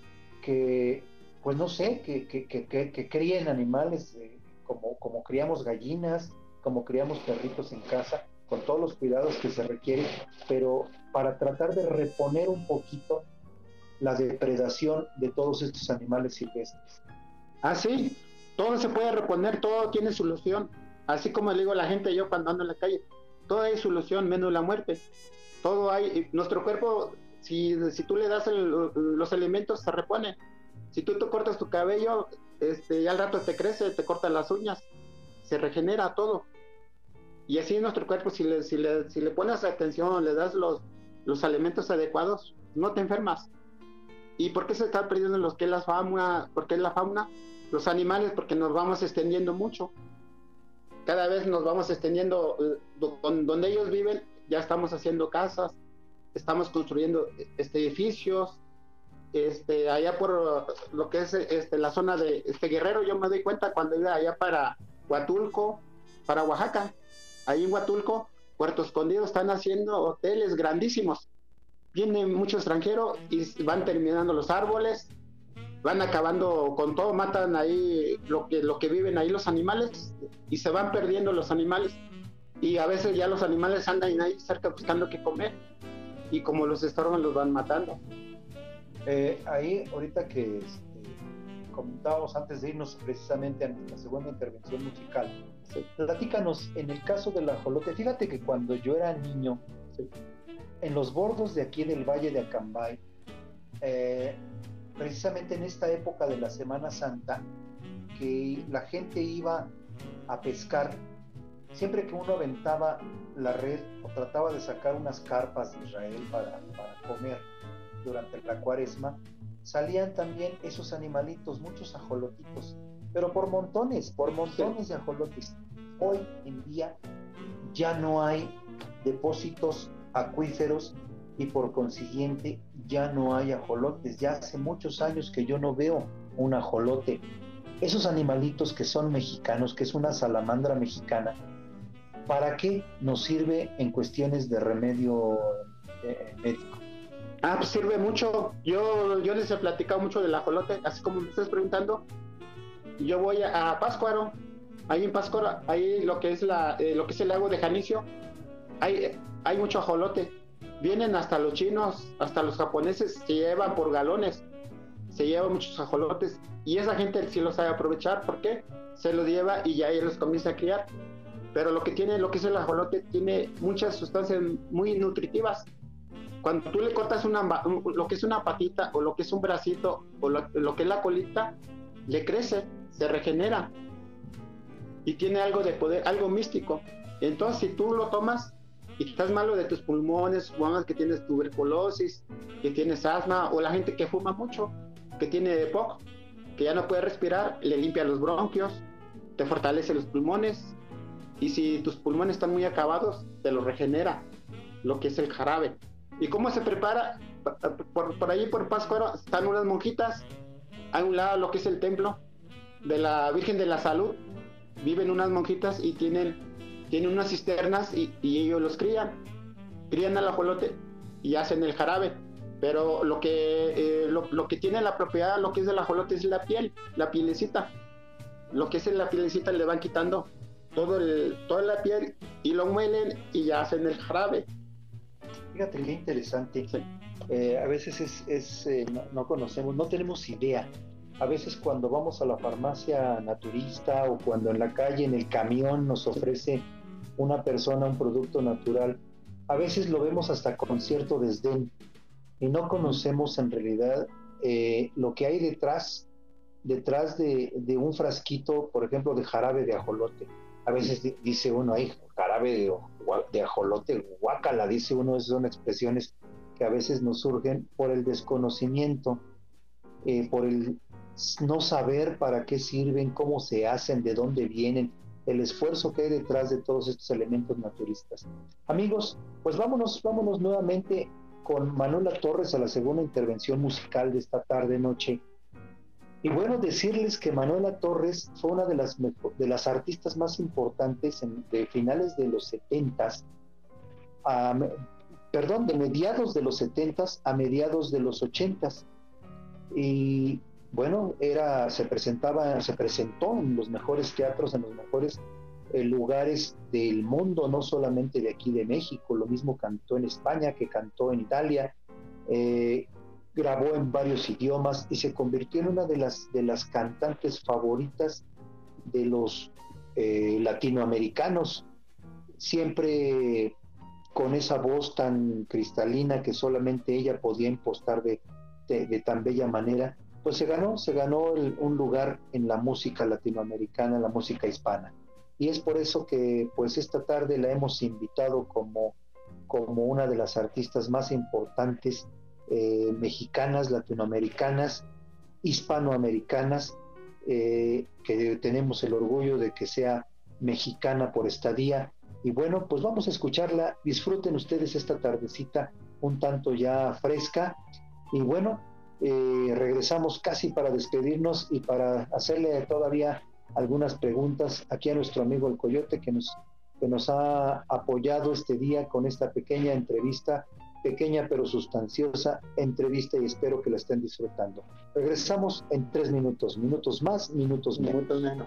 pues no sé, que críen animales como criamos gallinas, como criamos perritos en casa, con todos los cuidados que se requieren, pero para tratar de reponer un poquito la depredación de todos estos animales silvestres. Ah, sí, todo se puede reponer, todo tiene solución. Así como le digo a la gente yo cuando ando en la calle, todo hay solución menos la muerte. Todo hay, nuestro cuerpo, si tú le das los alimentos, se repone. Si tú te cortas tu cabello, ya al rato te crece, te cortan las uñas, se regenera todo. Y así nuestro cuerpo, si le pones atención, le das los alimentos adecuados, no te enfermas. ¿Y por qué se está perdiendo lo que es la fauna? ¿Por qué es la fauna? Los animales, porque nos vamos extendiendo mucho. Cada vez nos vamos extendiendo, donde ellos viven, ya estamos haciendo casas, estamos construyendo edificios. Allá por lo que es la zona de Guerrero, yo me doy cuenta cuando iba allá para Huatulco, para Oaxaca. Ahí en Huatulco, Puerto Escondido, están haciendo hoteles grandísimos. Viene mucho extranjero y van terminando los árboles, van acabando con todo, matan ahí lo que viven ahí los animales y se van perdiendo los animales. Y a veces ya los animales andan ahí cerca buscando qué comer y como los estorban los van matando. Ahí, ahorita que comentábamos antes de irnos precisamente a nuestra segunda intervención musical, sí. Platícanos, en el caso del ajolote, fíjate que cuando yo era niño, sí, en los bordos de aquí del Valle de Acambay, precisamente en esta época de la Semana Santa, que la gente iba a pescar, siempre que uno aventaba la red o trataba de sacar unas carpas de Israel para comer durante la Cuaresma, salían también esos animalitos, muchos ajolotitos, pero por montones de ajolotes. Hoy en día ya no hay depósitos acuíferos y por consiguiente ya no hay ajolotes. Ya hace muchos años que yo no veo un ajolote. Esos animalitos que son mexicanos, que es una salamandra mexicana, ¿para qué nos sirve en cuestiones de remedio médico? Pues sirve mucho. Yo les he platicado mucho del ajolote, así como me estás preguntando. Yo voy a Pátzcuaro, ahí en Pátzcuaro, ahí lo que es el lago de Janicio, hay mucho ajolote. Vienen hasta los chinos, hasta los japoneses, se llevan por galones, se llevan muchos ajolotes y esa gente sí los sabe aprovechar. ¿Por qué? Se los lleva y ya ellos los comienza a criar. Pero lo que es el ajolote, tiene muchas sustancias muy nutritivas. Cuando tú le cortas lo que es una patita o lo que es un bracito o lo que es la colita, le crece, se regenera y tiene algo de poder, algo místico. Entonces, si tú lo tomas y estás malo de tus pulmones, supongamos que tienes tuberculosis, que tienes asma, o la gente que fuma mucho, que tiene EPOC, que ya no puede respirar, le limpia los bronquios, te fortalece los pulmones, y si tus pulmones están muy acabados, te lo regenera, lo que es el jarabe. ¿Y cómo se prepara? Por allí, por Pátzcuaro, están unas monjitas, a un lado lo que es el templo de la Virgen de la Salud, viven unas monjitas y tienen unas cisternas y ellos los crían al ajolote y hacen el jarabe. Pero lo que tiene la propiedad, lo que es del ajolote es la piel, la pielecita. Lo que es la pielecita le van quitando toda la piel y lo muelen y ya hacen el jarabe. Fíjate qué interesante. Sí. A veces no conocemos, no tenemos idea. A veces cuando vamos a la farmacia naturista o cuando en la calle, en el camión, nos ofrece una persona un producto natural, a veces lo vemos hasta con cierto desdén y no conocemos en realidad lo que hay detrás de un frasquito, por ejemplo, de jarabe de ajolote. A veces dice uno, ay, jarabe de ajolote, guácala, dice uno, esas son expresiones que a veces nos surgen por el desconocimiento, por el no saber para qué sirven, cómo se hacen, de dónde vienen, el esfuerzo que hay detrás de todos estos elementos naturistas. Amigos, pues vámonos nuevamente con Manuela Torres a la segunda intervención musical de esta tarde-noche. Y bueno, decirles que Manuela Torres fue una de las artistas más importantes de finales de los 70s, de mediados de los 70s a mediados de los 80s. y bueno, se presentó en los mejores teatros, en los mejores lugares del mundo, no solamente de aquí de México. Lo mismo cantó en España, que cantó en Italia, grabó en varios idiomas y se convirtió en una de las cantantes favoritas de los latinoamericanos, siempre con esa voz tan cristalina que solamente ella podía impostar de tan bella manera. Pues se ganó un lugar en la música latinoamericana, la música hispana. Y es por eso que pues esta tarde la hemos invitado como una de las artistas más importantes mexicanas, latinoamericanas, hispanoamericanas, que tenemos el orgullo de que sea mexicana por estadía. Y bueno, pues vamos a escucharla. Disfruten ustedes esta tardecita un tanto ya fresca. Y bueno, regresamos casi para despedirnos y para hacerle todavía algunas preguntas aquí a nuestro amigo el Coyote, que nos ha apoyado este día con esta pequeña entrevista, pequeña pero sustanciosa entrevista, y espero que la estén disfrutando. Regresamos en 3 minutos, minutos más, minutos menos.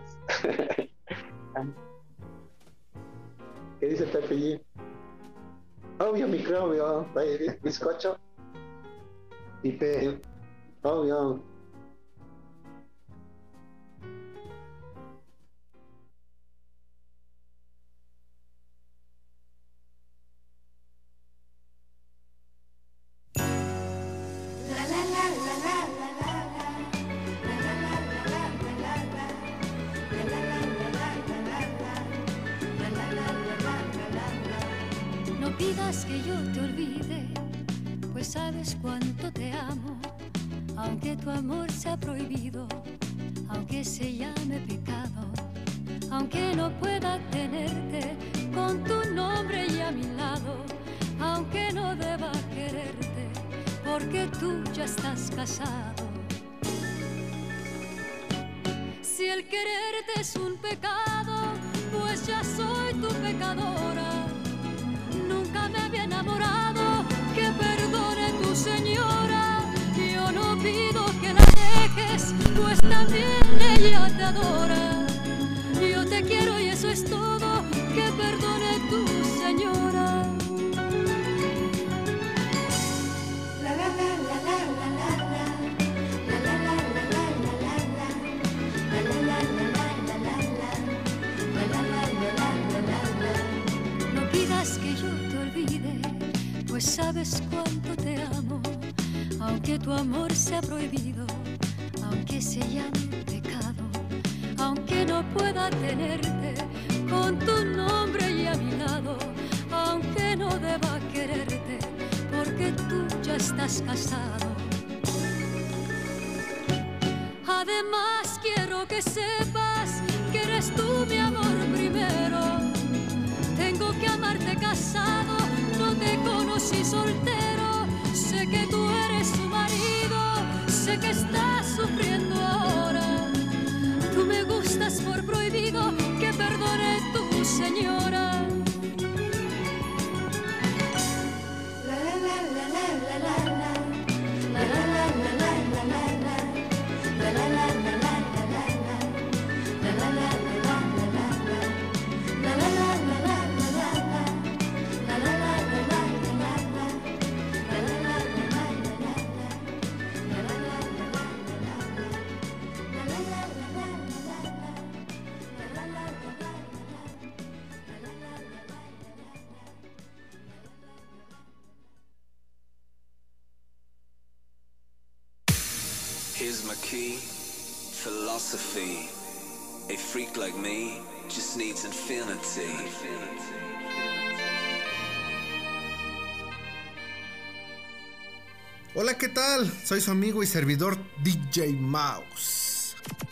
¿Qué dice Pepe G? Obvio, microbio, bizcocho. Pipe. Obvio. No pidas que yo te olvide, pues sabes cuánto te amo. Aunque tu amor sea prohibido, aunque se llame pecado, aunque no pueda tenerte con tu nombre y a mi lado, aunque no deba quererte, porque tú ya estás casado. Si el quererte es un pecado, pues ya soy tu pecadora. Nunca me había enamorado, que perdone tu señora. Yo no pido que la dejes, pues también ella te adora. Yo te quiero y eso es todo, que perdone tu señora. La la la la la la la la. La la la la la la la la. La la la la la la la la. La la la la la la la. No pidas que yo te olvide, pues sabes cuánto te amo. Aunque tu amor sea prohibido, aunque se llame pecado, aunque no pueda tenerte con tu nombre y a mi lado, aunque no deba quererte, porque tú ya estás casado. Además quiero que sepas que eres tú mi amor primero. Tengo que amarte casado, no te conocí soltero. Sé que tú eres su marido, sé que estás sufriendo ahora. Tú me gustas por prohibido, que perdone tu señora. La la la la la la la la. La la la la la la la la. La la la la la la la la. La la la la la la la la. La la la la la la la la. La la la la la la la la. La la la la la la la. La la la la la la la. La la la la la la la. La la la la la la. Here's my key, philosophy. A freak like me just needs infinity. Hola, ¿qué tal? Soy su amigo y servidor DJ Mouse.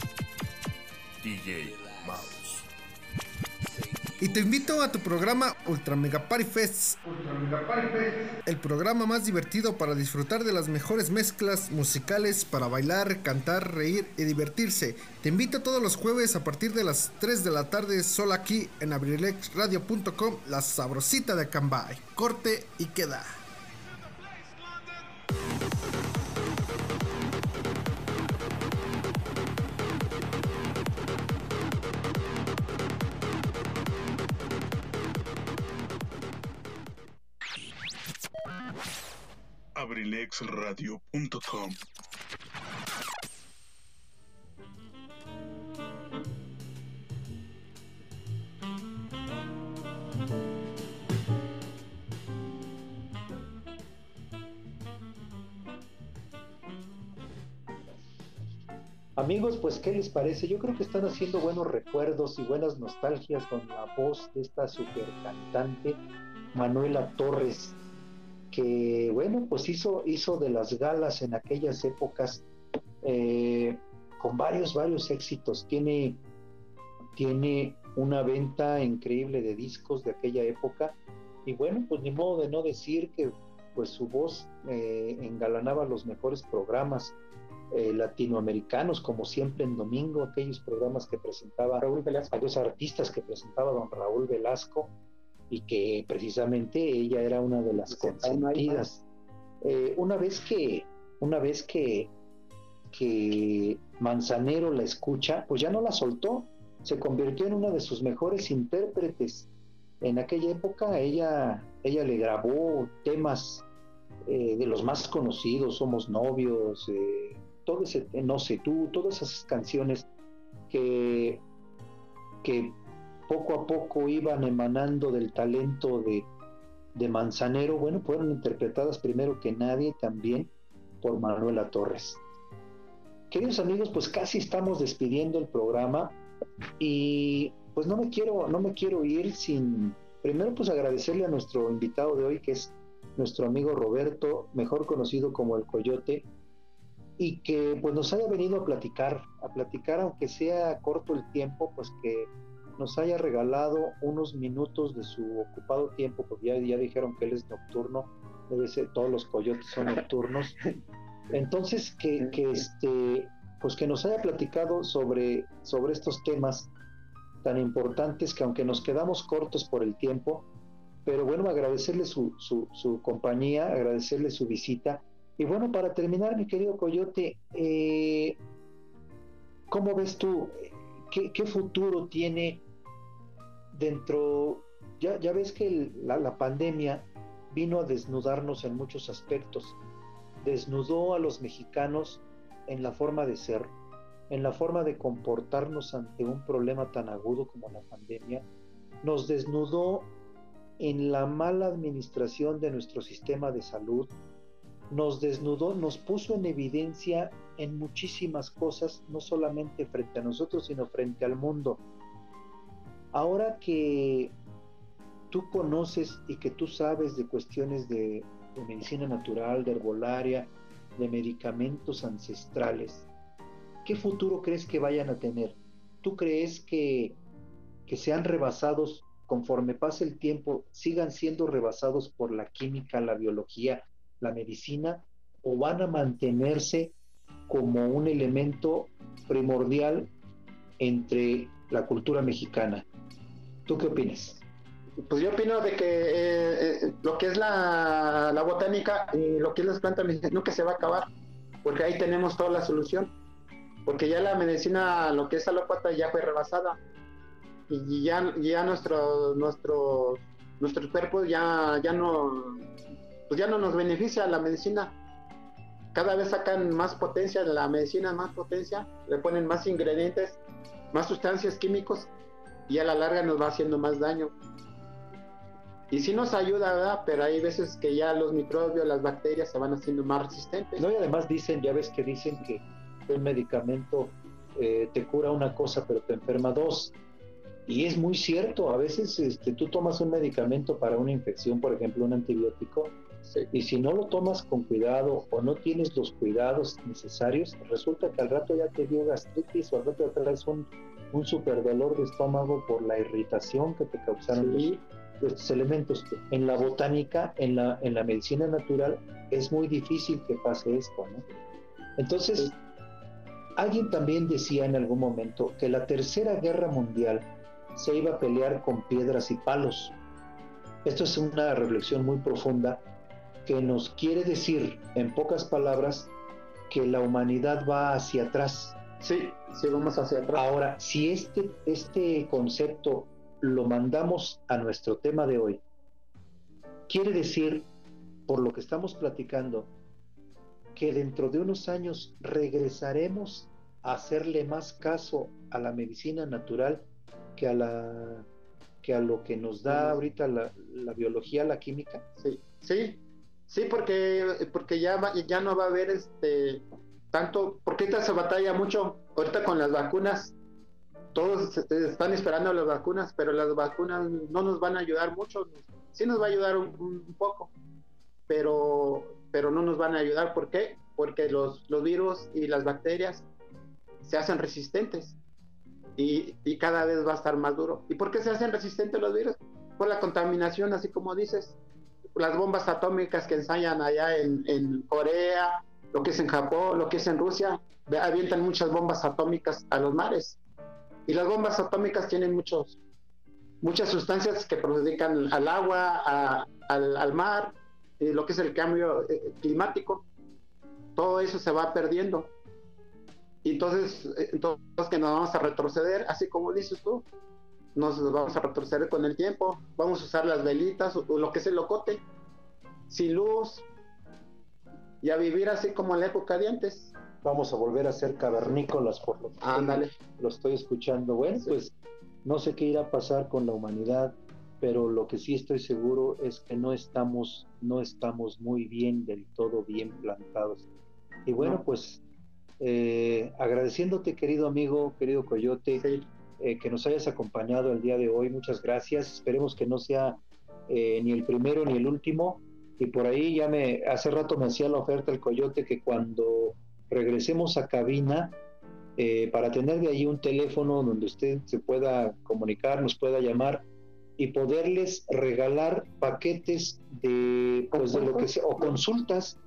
DJ Mouse. Y te invito a tu programa Ultra Mega Party Fest. El programa más divertido para disfrutar de las mejores mezclas musicales para bailar, cantar, reír y divertirse. Te invito todos los jueves a partir de las 3 de la tarde, solo aquí en abrilexradio.com, la sabrosita de Cambay. Corte y queda. abrilexradio.com. Amigos, pues, ¿qué les parece? Yo creo que están haciendo buenos recuerdos y buenas nostalgias con la voz de esta super cantante, Manuela Torres, que, bueno, pues hizo de las galas en aquellas épocas, con varios éxitos. Tiene una venta increíble de discos de aquella época, y bueno, pues ni modo de no decir que pues su voz engalanaba los mejores programas latinoamericanos, como Siempre en Domingo, aquellos programas que presentaba Raúl Velasco, aquellos artistas que presentaba don Raúl Velasco, y que precisamente ella era una de las consentidas. Una vez que Manzanero la escucha, pues ya no la soltó, se convirtió en una de sus mejores intérpretes. En aquella época ella le grabó temas de los más conocidos, Somos Novios, todo ese, No sé tú, todas esas canciones que poco a poco iban emanando del talento de Manzanero, bueno, fueron interpretadas primero que nadie también por Manuela Torres. Queridos amigos, pues casi estamos despidiendo el programa, y pues no me quiero ir sin primero pues agradecerle a nuestro invitado de hoy, que es nuestro amigo Roberto, mejor conocido como el Coyote, y que pues nos haya venido a platicar, aunque sea corto el tiempo, pues que nos haya regalado unos minutos de su ocupado tiempo, porque ya dijeron que él es nocturno, debe ser, todos los coyotes son nocturnos. Entonces pues que nos haya platicado sobre estos temas tan importantes, que aunque nos quedamos cortos por el tiempo, pero bueno, agradecerle su compañía, agradecerle su visita. Y bueno, para terminar, mi querido Coyote, ¿cómo ves tú? ¿Qué futuro tiene dentro? Ya ves que la pandemia vino a desnudarnos en muchos aspectos. Desnudó a los mexicanos en la forma de ser, en la forma de comportarnos ante un problema tan agudo como la pandemia. Nos desnudó en la mala administración de nuestro sistema de salud. Nos desnudó, nos puso en evidencia en muchísimas cosas, no solamente frente a nosotros, sino frente al mundo. Ahora que tú conoces y que tú sabes de cuestiones de medicina natural, de herbolaria, de medicamentos ancestrales, ¿qué futuro crees que vayan a tener? ¿Tú crees que sean rebasados conforme pase el tiempo, sigan siendo rebasados por la química, la biología, la medicina, o van a mantenerse como un elemento primordial entre la cultura mexicana? ¿Tú qué opinas? Pues yo opino de que lo que es la botánica y lo que es las plantas nunca se va a acabar, porque ahí tenemos toda la solución, porque ya la medicina, lo que es alópata, ya fue rebasada, y ya nuestros cuerpos ya no nos beneficia la medicina. Cada vez sacan más potencia de la medicina, más potencia, le ponen más ingredientes, más sustancias químicos, y a la larga nos va haciendo más daño. Y sí nos ayuda, ¿verdad? Pero hay veces que ya los microbios, las bacterias se van haciendo más resistentes. No, y además ya ves que dicen que un medicamento te cura una cosa, pero te enferma dos. Y es muy cierto, a veces tú tomas un medicamento para una infección, por ejemplo un antibiótico, sí, y si no lo tomas con cuidado o no tienes los cuidados necesarios, resulta que al rato ya te dio gastritis, o al rato ya traes un super dolor de estómago por la irritación que te causaron sí, estos elementos. En la botánica, en la medicina natural, es muy difícil que pase esto, ¿no? Entonces, sí, alguien también decía en algún momento que la Tercera Guerra Mundial se iba a pelear con piedras y palos. Esto es una reflexión muy profunda que nos quiere decir, en pocas palabras, que la humanidad va hacia atrás. Sí, vamos hacia atrás. Ahora, si este concepto lo mandamos a nuestro tema de hoy, quiere decir por lo que estamos platicando, que dentro de unos años regresaremos a hacerle más caso a la medicina natural que a lo que nos da ahorita la biología, la química. Sí, porque ya no va a haber tanto, porque ahorita se batalla mucho, ahorita con las vacunas, todos están esperando las vacunas, pero las vacunas no nos van a ayudar mucho, sí nos va a ayudar un poco, pero no nos van a ayudar. ¿Por qué? Porque los virus y las bacterias se hacen resistentes y cada vez va a estar más duro. ¿Y por qué se hacen resistentes los virus? Por la contaminación, así como dices, las bombas atómicas que ensayan allá en Corea, lo que es en Japón, lo que es en Rusia, avientan muchas bombas atómicas a los mares. Y las bombas atómicas tienen muchas sustancias que perjudican al agua, al mar, lo que es el cambio climático. Todo eso se va perdiendo. Y entonces que nos vamos a retroceder, así como dices tú, nos vamos a retroceder con el tiempo, vamos a usar las velitas o lo que es el locote, sin luz, y a vivir así como en la época de antes. Vamos a volver a ser cavernícolas, por lo que lo estoy escuchando. Bueno, sí. Pues no sé qué irá a pasar con la humanidad, pero lo que sí estoy seguro es que no estamos muy bien, del todo bien plantados. Y bueno, pues agradeciéndote, querido amigo, querido Coyote, que nos hayas acompañado el día de hoy. Muchas gracias. Esperemos que no sea ni el primero ni el último. Y por ahí hace rato me hacía la oferta el Coyote que cuando regresemos a cabina, para tener de ahí un teléfono donde usted se pueda comunicar, nos pueda llamar y poderles regalar paquetes de lo que sea, o consultas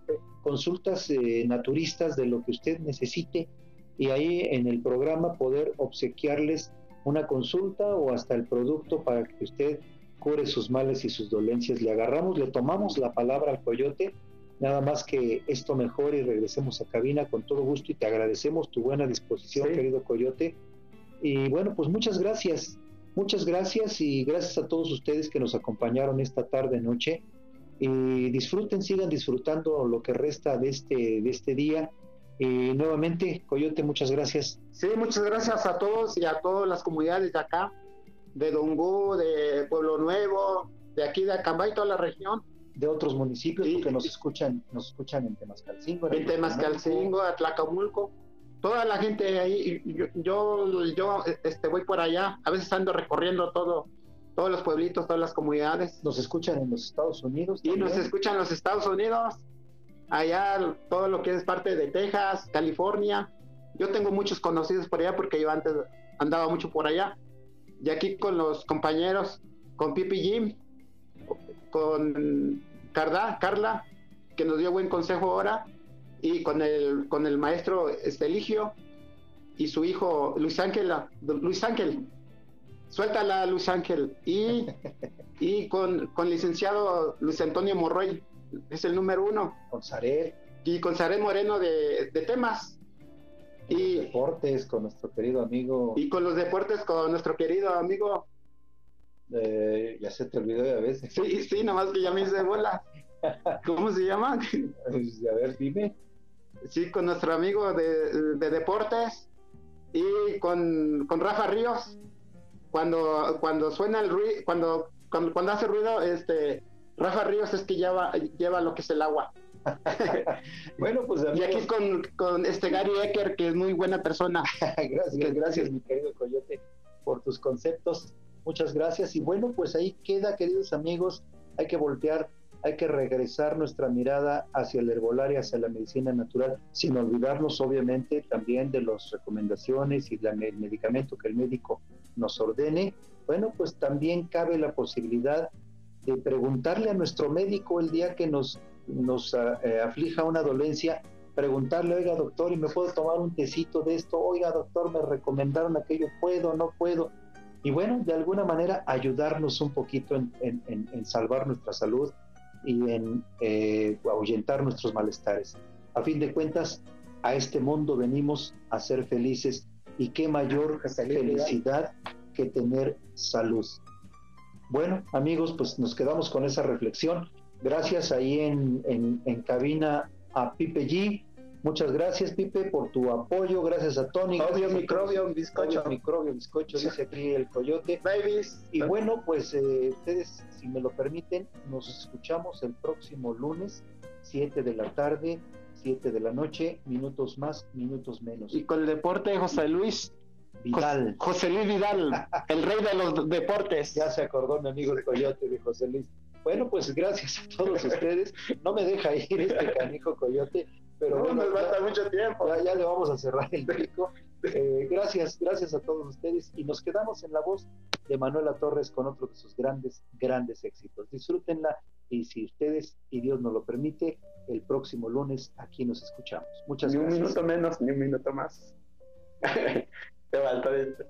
naturistas, de lo que usted necesite, y ahí en el programa poder obsequiarles una consulta o hasta el producto para que usted cure sus males y sus dolencias. Le tomamos la palabra al Coyote. Nada más que esto mejore y regresemos a cabina con todo gusto, y te agradecemos tu buena disposición, querido Coyote. Y bueno, pues muchas gracias y gracias a todos ustedes que nos acompañaron esta tarde, noche, y sigan disfrutando lo que resta de este día. Y nuevamente, Coyote, muchas gracias. Sí, muchas gracias a todos y a todas las comunidades de acá, de Dongú, de Pueblo Nuevo, de aquí de Acambay, toda la región, de otros municipios, porque nos escuchan en Temascalcingo, Atlacamulco, toda la gente ahí. Yo voy por allá, a veces ando recorriendo todos los pueblitos, todas las comunidades. Nos escuchan en los Estados Unidos también. Y nos escuchan en los Estados Unidos, allá todo lo que es parte de Texas, California. Yo tengo muchos conocidos por allá porque yo antes andaba mucho por allá, y aquí con los compañeros, con Pipi Jim, con Carla, que nos dio buen consejo ahora, y con el maestro Eligio y su hijo Luis Ángel, suéltala Luis Ángel, y con licenciado Luis Antonio Morroy, es el número 1, con Zaret Moreno de temas, y deportes con nuestro querido amigo, y con los deportes con nuestro querido amigo, ya se te olvidó de a veces. Sí, nomás que ya me hice bola. ¿Cómo se llama? A ver, dime. Sí, con nuestro amigo de deportes, y con Rafa Ríos. Cuando suena el ruido, cuando hace ruido, Rafa Ríos es que lleva lo que es el agua. Bueno, pues amigos, y aquí con Gary Ecker, que es muy buena persona. gracias mi querido Coyote, por tus conceptos. Muchas gracias. Y bueno, pues ahí queda, queridos amigos. Hay que voltear, hay que regresar nuestra mirada hacia el herbolario, hacia la medicina natural, sin olvidarnos obviamente también de las recomendaciones y el medicamento que el médico nos ordene. Bueno, pues también cabe la posibilidad de preguntarle a nuestro médico el día que nos aflija una dolencia, preguntarle: oiga doctor, ¿y me puedo tomar un tecito de esto? Oiga doctor, me recomendaron aquello, ¿puedo, no puedo? Y bueno, de alguna manera ayudarnos un poquito en salvar nuestra salud y en ahuyentar nuestros malestares. A fin de cuentas, a este mundo venimos a ser felices, y qué mayor felicidad que tener salud. Bueno, amigos, pues nos quedamos con esa reflexión. Gracias ahí en cabina a Pipe G. Muchas gracias, Pipe, por tu apoyo. Gracias a Tony. Obvio, gracias a microbio, todos. bizcocho. Obvio, microbio, bizcocho, dice aquí el coyote. Babies. Y bueno, pues ustedes, si me lo permiten, nos escuchamos el próximo lunes, 7 de la tarde, 7 de la noche, minutos más, minutos menos. Y con el deporte, José Luis Vidal. José Luis Vidal, el rey de los deportes. Ya se acordó mi amigo el coyote de José Luis. Bueno, pues gracias a todos ustedes. No me deja ir este canijo coyote, pero No, bueno, nos falta mucho tiempo. ya le vamos a cerrar el pico. Gracias a todos ustedes y nos quedamos en la voz de Manuela Torres con otro de sus grandes éxitos. Disfrútenla y si ustedes y Dios nos lo permite, el próximo lunes aquí nos escuchamos. Muchas Ni un gracias. minuto menos, ni un minuto más. Te faltó esto.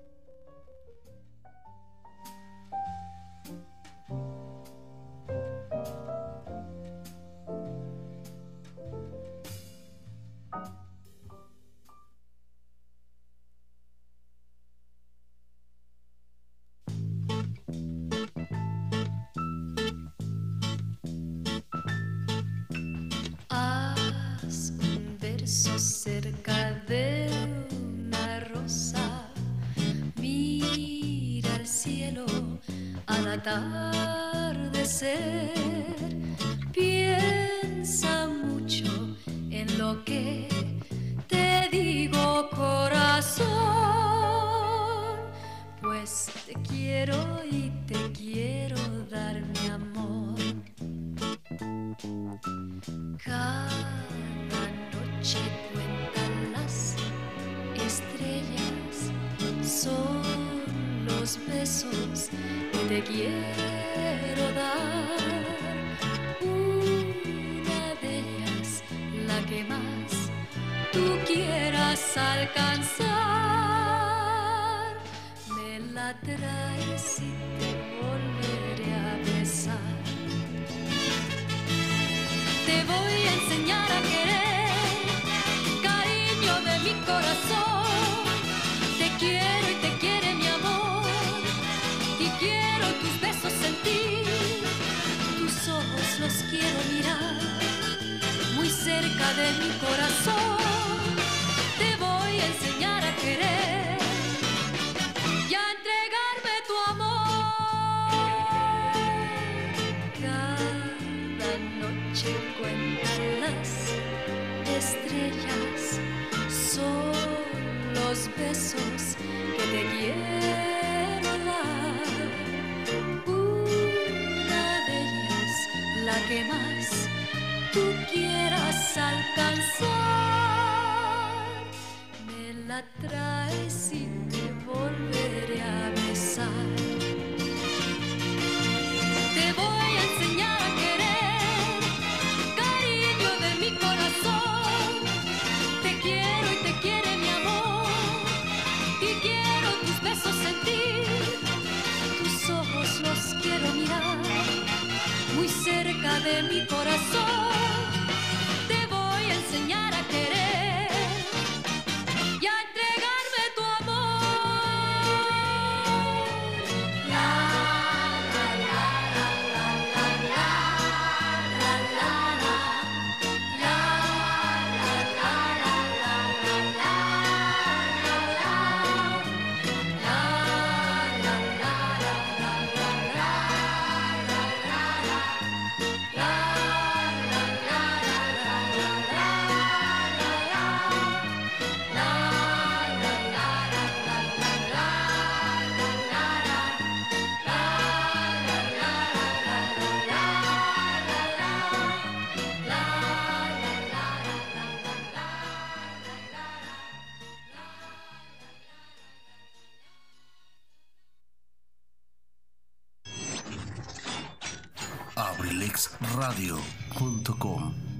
Haz un verso cerca de una rosa, mira al cielo al atardecer, piensa mucho en lo que te digo, corazón, pues te quiero y te quiero dar mi amor. Cada noche cuentan las estrellas, son los besos que te quiero dar. Una de ellas, la que más tú quieras alcanzar, me la traes y te volveré a besar. Te voy a enseñar a querer, cariño de mi corazón. Te quiero y te quiere mi amor, y quiero tus besos sentir. Tus ojos los quiero mirar, muy cerca de mi corazón. Te voy a enseñar a querer y a entregarme tu amor. Cada noche cuentan las estrellas, son los besos que te quiero dar. Una de ellas, la que más tú quieras alcanzar, me la traes y te volveré a besar. Te voy a enseñar a querer, cariño de mi corazón. Te quiero y te quiere mi amor, y quiero tus besos sentir. Tus ojos los quiero mirar, muy cerca de mi corazón. Te voy a enseñar a querer y a entregarme tu amor. La, la, la, la, la, la, la, la, la, la, la, la, la, la, abrilexradio.com